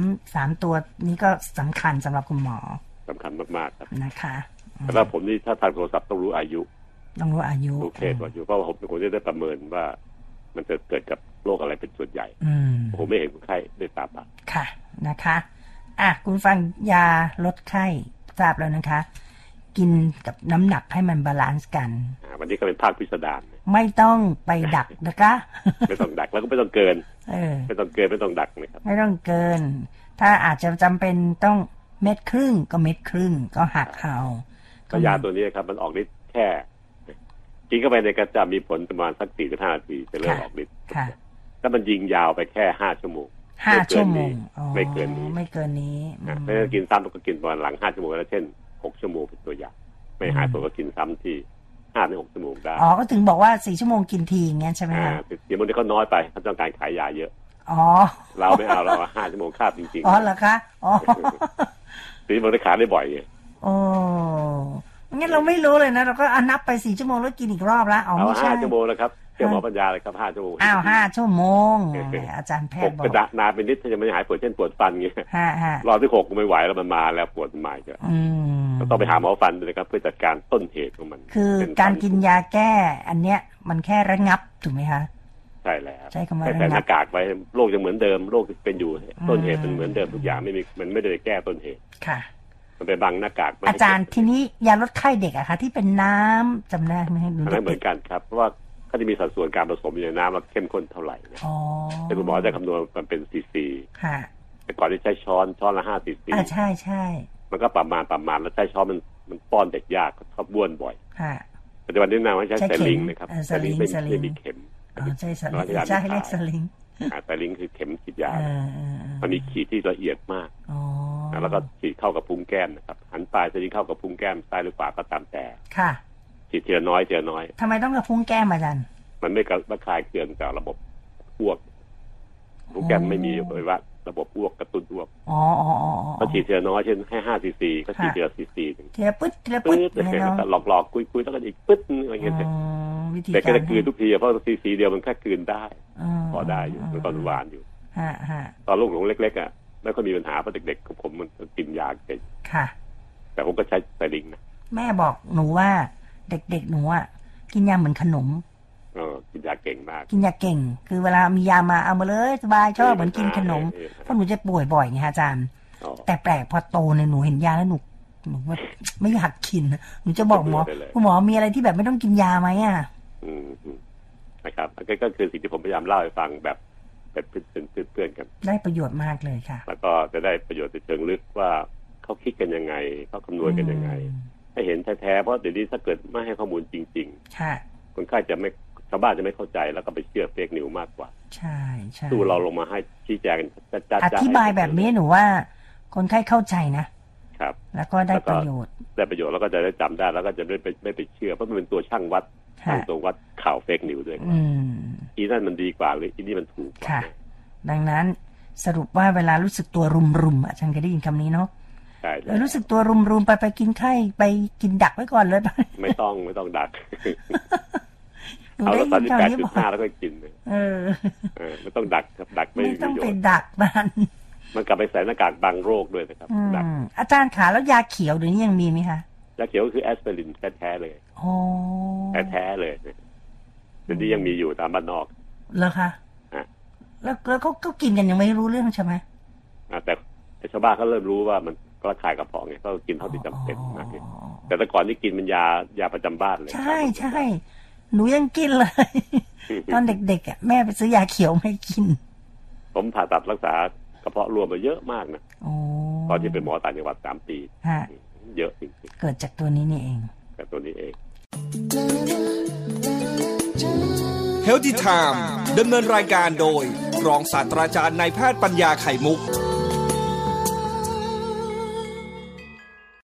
3ตัวนี้ก็สำคัญสำหรับคุณหมอสำคัญมากๆครับนะคะแต่ว่าผมนี่ถ้าทางโทรศัพท์ต้องรู้อายุรู้เพศอายุเพราะว่าผมเป็นคนที่ได้ประเมินว่ามันจะเกิดกับโรคอะไรเป็นส่วนใหญ่ผมไม่เห็นคนไข้ด้วยตาเปล่าค่ะนะคะคุณฟังยาลดไข้ทราบแล้วนะคะกินกับน้ำหนักให้มันบาลานซ์กันวันนี้ก็เป็นภาคพิสดารไม่ต้องไปดักนะคะไม่ต้องดักแล้วก็ไม่ต้องเกินไม่ต้องเกินไม่ต้องดักนะครับไม่ต้องเกินถ้าอาจจะจำเป็นต้อง1.5 เม็ดก็1.5 เม็ดก็หักเอาก็ยาตัวนี้ครับมันออกฤทธิ์แค่กินเข้าไปในกระจะมีผลประมาณสัก 4-5 นาทีจะเริ่มออกฤทธิ์ถ้ามันยิงยาวไปแค่5 ชั่วโมง 5 ชั่วโมงไม่เกินนี้ไม่ต้องกินซ้ำก็กินประมาณหลัง5 ชั่วโมงแล้วเช่น6 ชั่วโมงเป็นตัวอย่างไม่หายปวดก็กินซ้ำที่5-6 ชั่วโมงได้ก็ถึงบอกว่า4 ชั่วโมงกินทีอย่างเงี้ยใช่ไหมคะ 4 ชั่วโมงนี่ก็น้อยไปเขาต้องการขายยาเยอะเราไม่เอาเรา5 ชั่วโมงคาบจริงๆเหรอคะ 4 ชั่วโมงได้ขายได้บ่อยเนี่ยงั้นเราไม่รู้เลยนะเราก็นับไป4 ชั่วโมงแล้วกินอีกรอบแล้วไม่ใช่5 ชั่วโมงแล้วครับเชื่อหมอปัญญาเลยครับ5 ชั่วโมง 5 ชั่วโมงอาจารย์แพทย์บอกกระดาษนานไปนิดถ้ายังไม่หายปวดเช่นปวดฟันเงี้ยรอที่6ก็ไม่ไหวแล้วมันมาแล้วปวดใหม่ก็ต้องไปหาหมอฟันเลยครับเพื่อจัดการต้นเหตุของมันคือการกินยาแก้อันเนี้ยมันแค่ระงับถูกไหมคะใช่แล้วใช่คำว่าแต่หน้ากากไว้โรคยังเหมือนเดิมโรคที่เป็นอยู่ต้นเหตุเป็นเหมือนเดิมทุกอย่างมันไม่ได้แก้ต้นเหตุค่ะมันไปบังหน้ากากอาจารย์ทีนี้ยาลดไข้เด็กอะคะที่เป็นน้ำจำได้ไหมอันนั้นเหมือนกันครับเพราะว่าเขาจะมีสัดส่วนการผสมอยู่ในน้ำแล้วเข้มข้นเท่าไหร่เนี่ยแต่คุณหมอจะคำนวณมันเป็นซีแต่ก่อนที่ใช้ช้อนละ5 ซีซีใช่มันก็ประมาณแล้วใช้ช้อนมันป้อนเด็กยากชอบบ้วนบ่อยปัจจุบันนี้นำให้ใช้สลิงนะครับสลิงไม่มีเข็มใช่สลิงใช่เรียกสลิงสลิงคือเข็มฉีดยามันมีขีดที่ละเอียดมากแล้วก็ฉีดเข้ากับพุงแก้มนะครับหันปลายสลิงเข้ากับพุงแก้มซ้ายหรือขวาก็ตามแต่ค่ะฉีดทีละน้อยทำไมต้องกับพุงแก้มอาจารย์มันไม่ระคายเคืองจากระบบอ้วกพุงแก้มไม่มีเลยว่าระบบอ้วกกระตุ้นอ้วกก็ฉีดทีละน้อยเช่นให้5 ซีซีก็ฉีดทีละซีซีทีละปึ๊ดหลอกคุยแล้วก็อีกปึ๊ดอะไรเงี้ยแต่ก็จะกลืนทุกทีเพราะซีซีเดียวมันแค่กลืนได้พอได้อยู่มันตอนหวานอยู่ตอนลูกหลงเล็กๆอ่ะไม่ค่อยมีปัญหาเพราะเด็กๆของผมมันกินยาเก่งค่ะแต่ผมก็ใช้ไซลิงนะแม่บอกหนูว่าเด็กๆหนูอ่ะกินยาเหมือนขนมกินยาเก่งมากกินยาเก่งคือเวลามียามาเอามาเลยสบายชอบเหมือนกินขนมเพราะหนูจะป่วยบ่อยไงอาจารย์แต่แปลกพอโตเนี่ยหนูเห็นยาแล้วหนูว่าไม่อยากกินหนูจะบอกหมอคุณหมอมีอะไรที่แบบไม่ต้องกินยาไหมอ่ะนะครับก็คือสิ่งที่ผมพยายามเล่าให้ฟังแบบเพื่อนกันได้ประโยชน์มากเลยค่ะแล้วก็จะได้ประโยชน์ในเชิงลึกว่าเขาคิดกันยังไงเขาคำนวณกันยังไงให้เห็นแท้ๆเพราะเดี๋ยวนี้ถ้าเกิดไม่ให้ข้อมูลจริงๆคนไข้จะไม่ชาวบ้านจะไม่เข้าใจแล้วก็ไปเชื่อเฟกนิวมากกว่าใช่ใช่สู้เราลงมาให้ชี้แจงจัดอธิบายแบบนี้หนูว่าคนไข้เข้าใจนะครับแล้วก็ได้ประโยชน์แล้วก็จะได้จำได้แล้วก็จะไม่ไปเชื่อเพราะมันเป็นตัวช่างวัดตัววัดข่าวเฟกนิวด้วยอีนั่นมันดีกว่าหรืออีนี่มันถูกกว่าดังนั้นสรุปว่าเวลารู้สึกตัวรุมๆอาจารย์เคยได้ยินคำนี้เนาะใช่รู้สึกตัวรุมๆไปกินไข้ไปกินดักไว้ก่อนเลยไม่ต้องดักเอาละ38.5แล้วก็กินไม่ต้องดักครับดักไม่ต้องไปดักมันกลับไปใส่หน้ากากบังโรคด้วยนะครับอาจารย์ขาแล้วยาเขียวเดี๋ยวนี้ยังมีไหมคะยาเขียวก็คือแอสไพรินแท้ๆเลยแท้ๆเลยเดี๋ยวนี้ยังมีอยู่ตามบ้านนอกเหรอคะแล้วเขากินกันยังไม่รู้เรื่องใช่ไหมแต่ชาวบ้านเขาเริ่มรู้ว่ามันก็คลายกระเพาะไงก็กินเท่าที่จำเป็นมากขึ้นแต่ก่อนนี่กินเป็นยาประจำบ้านเลยใช่หนูยังกินเลยตอนเด็กๆแม่ไปซื้อยาเขียวไม่กินผมผ่าตัดรักษากระเพาะรวมมาเยอะมากนะตอนที่เป็นหมอต่างจังหวัด3 ปีเยอะจริงๆเกิดจากตัวนี้นี่เองจากตัวนี้เอง Healthy Time ดำเนินรายการโดยรองศาสตราจารย์นายแพทย์ปัญญาไข่มุก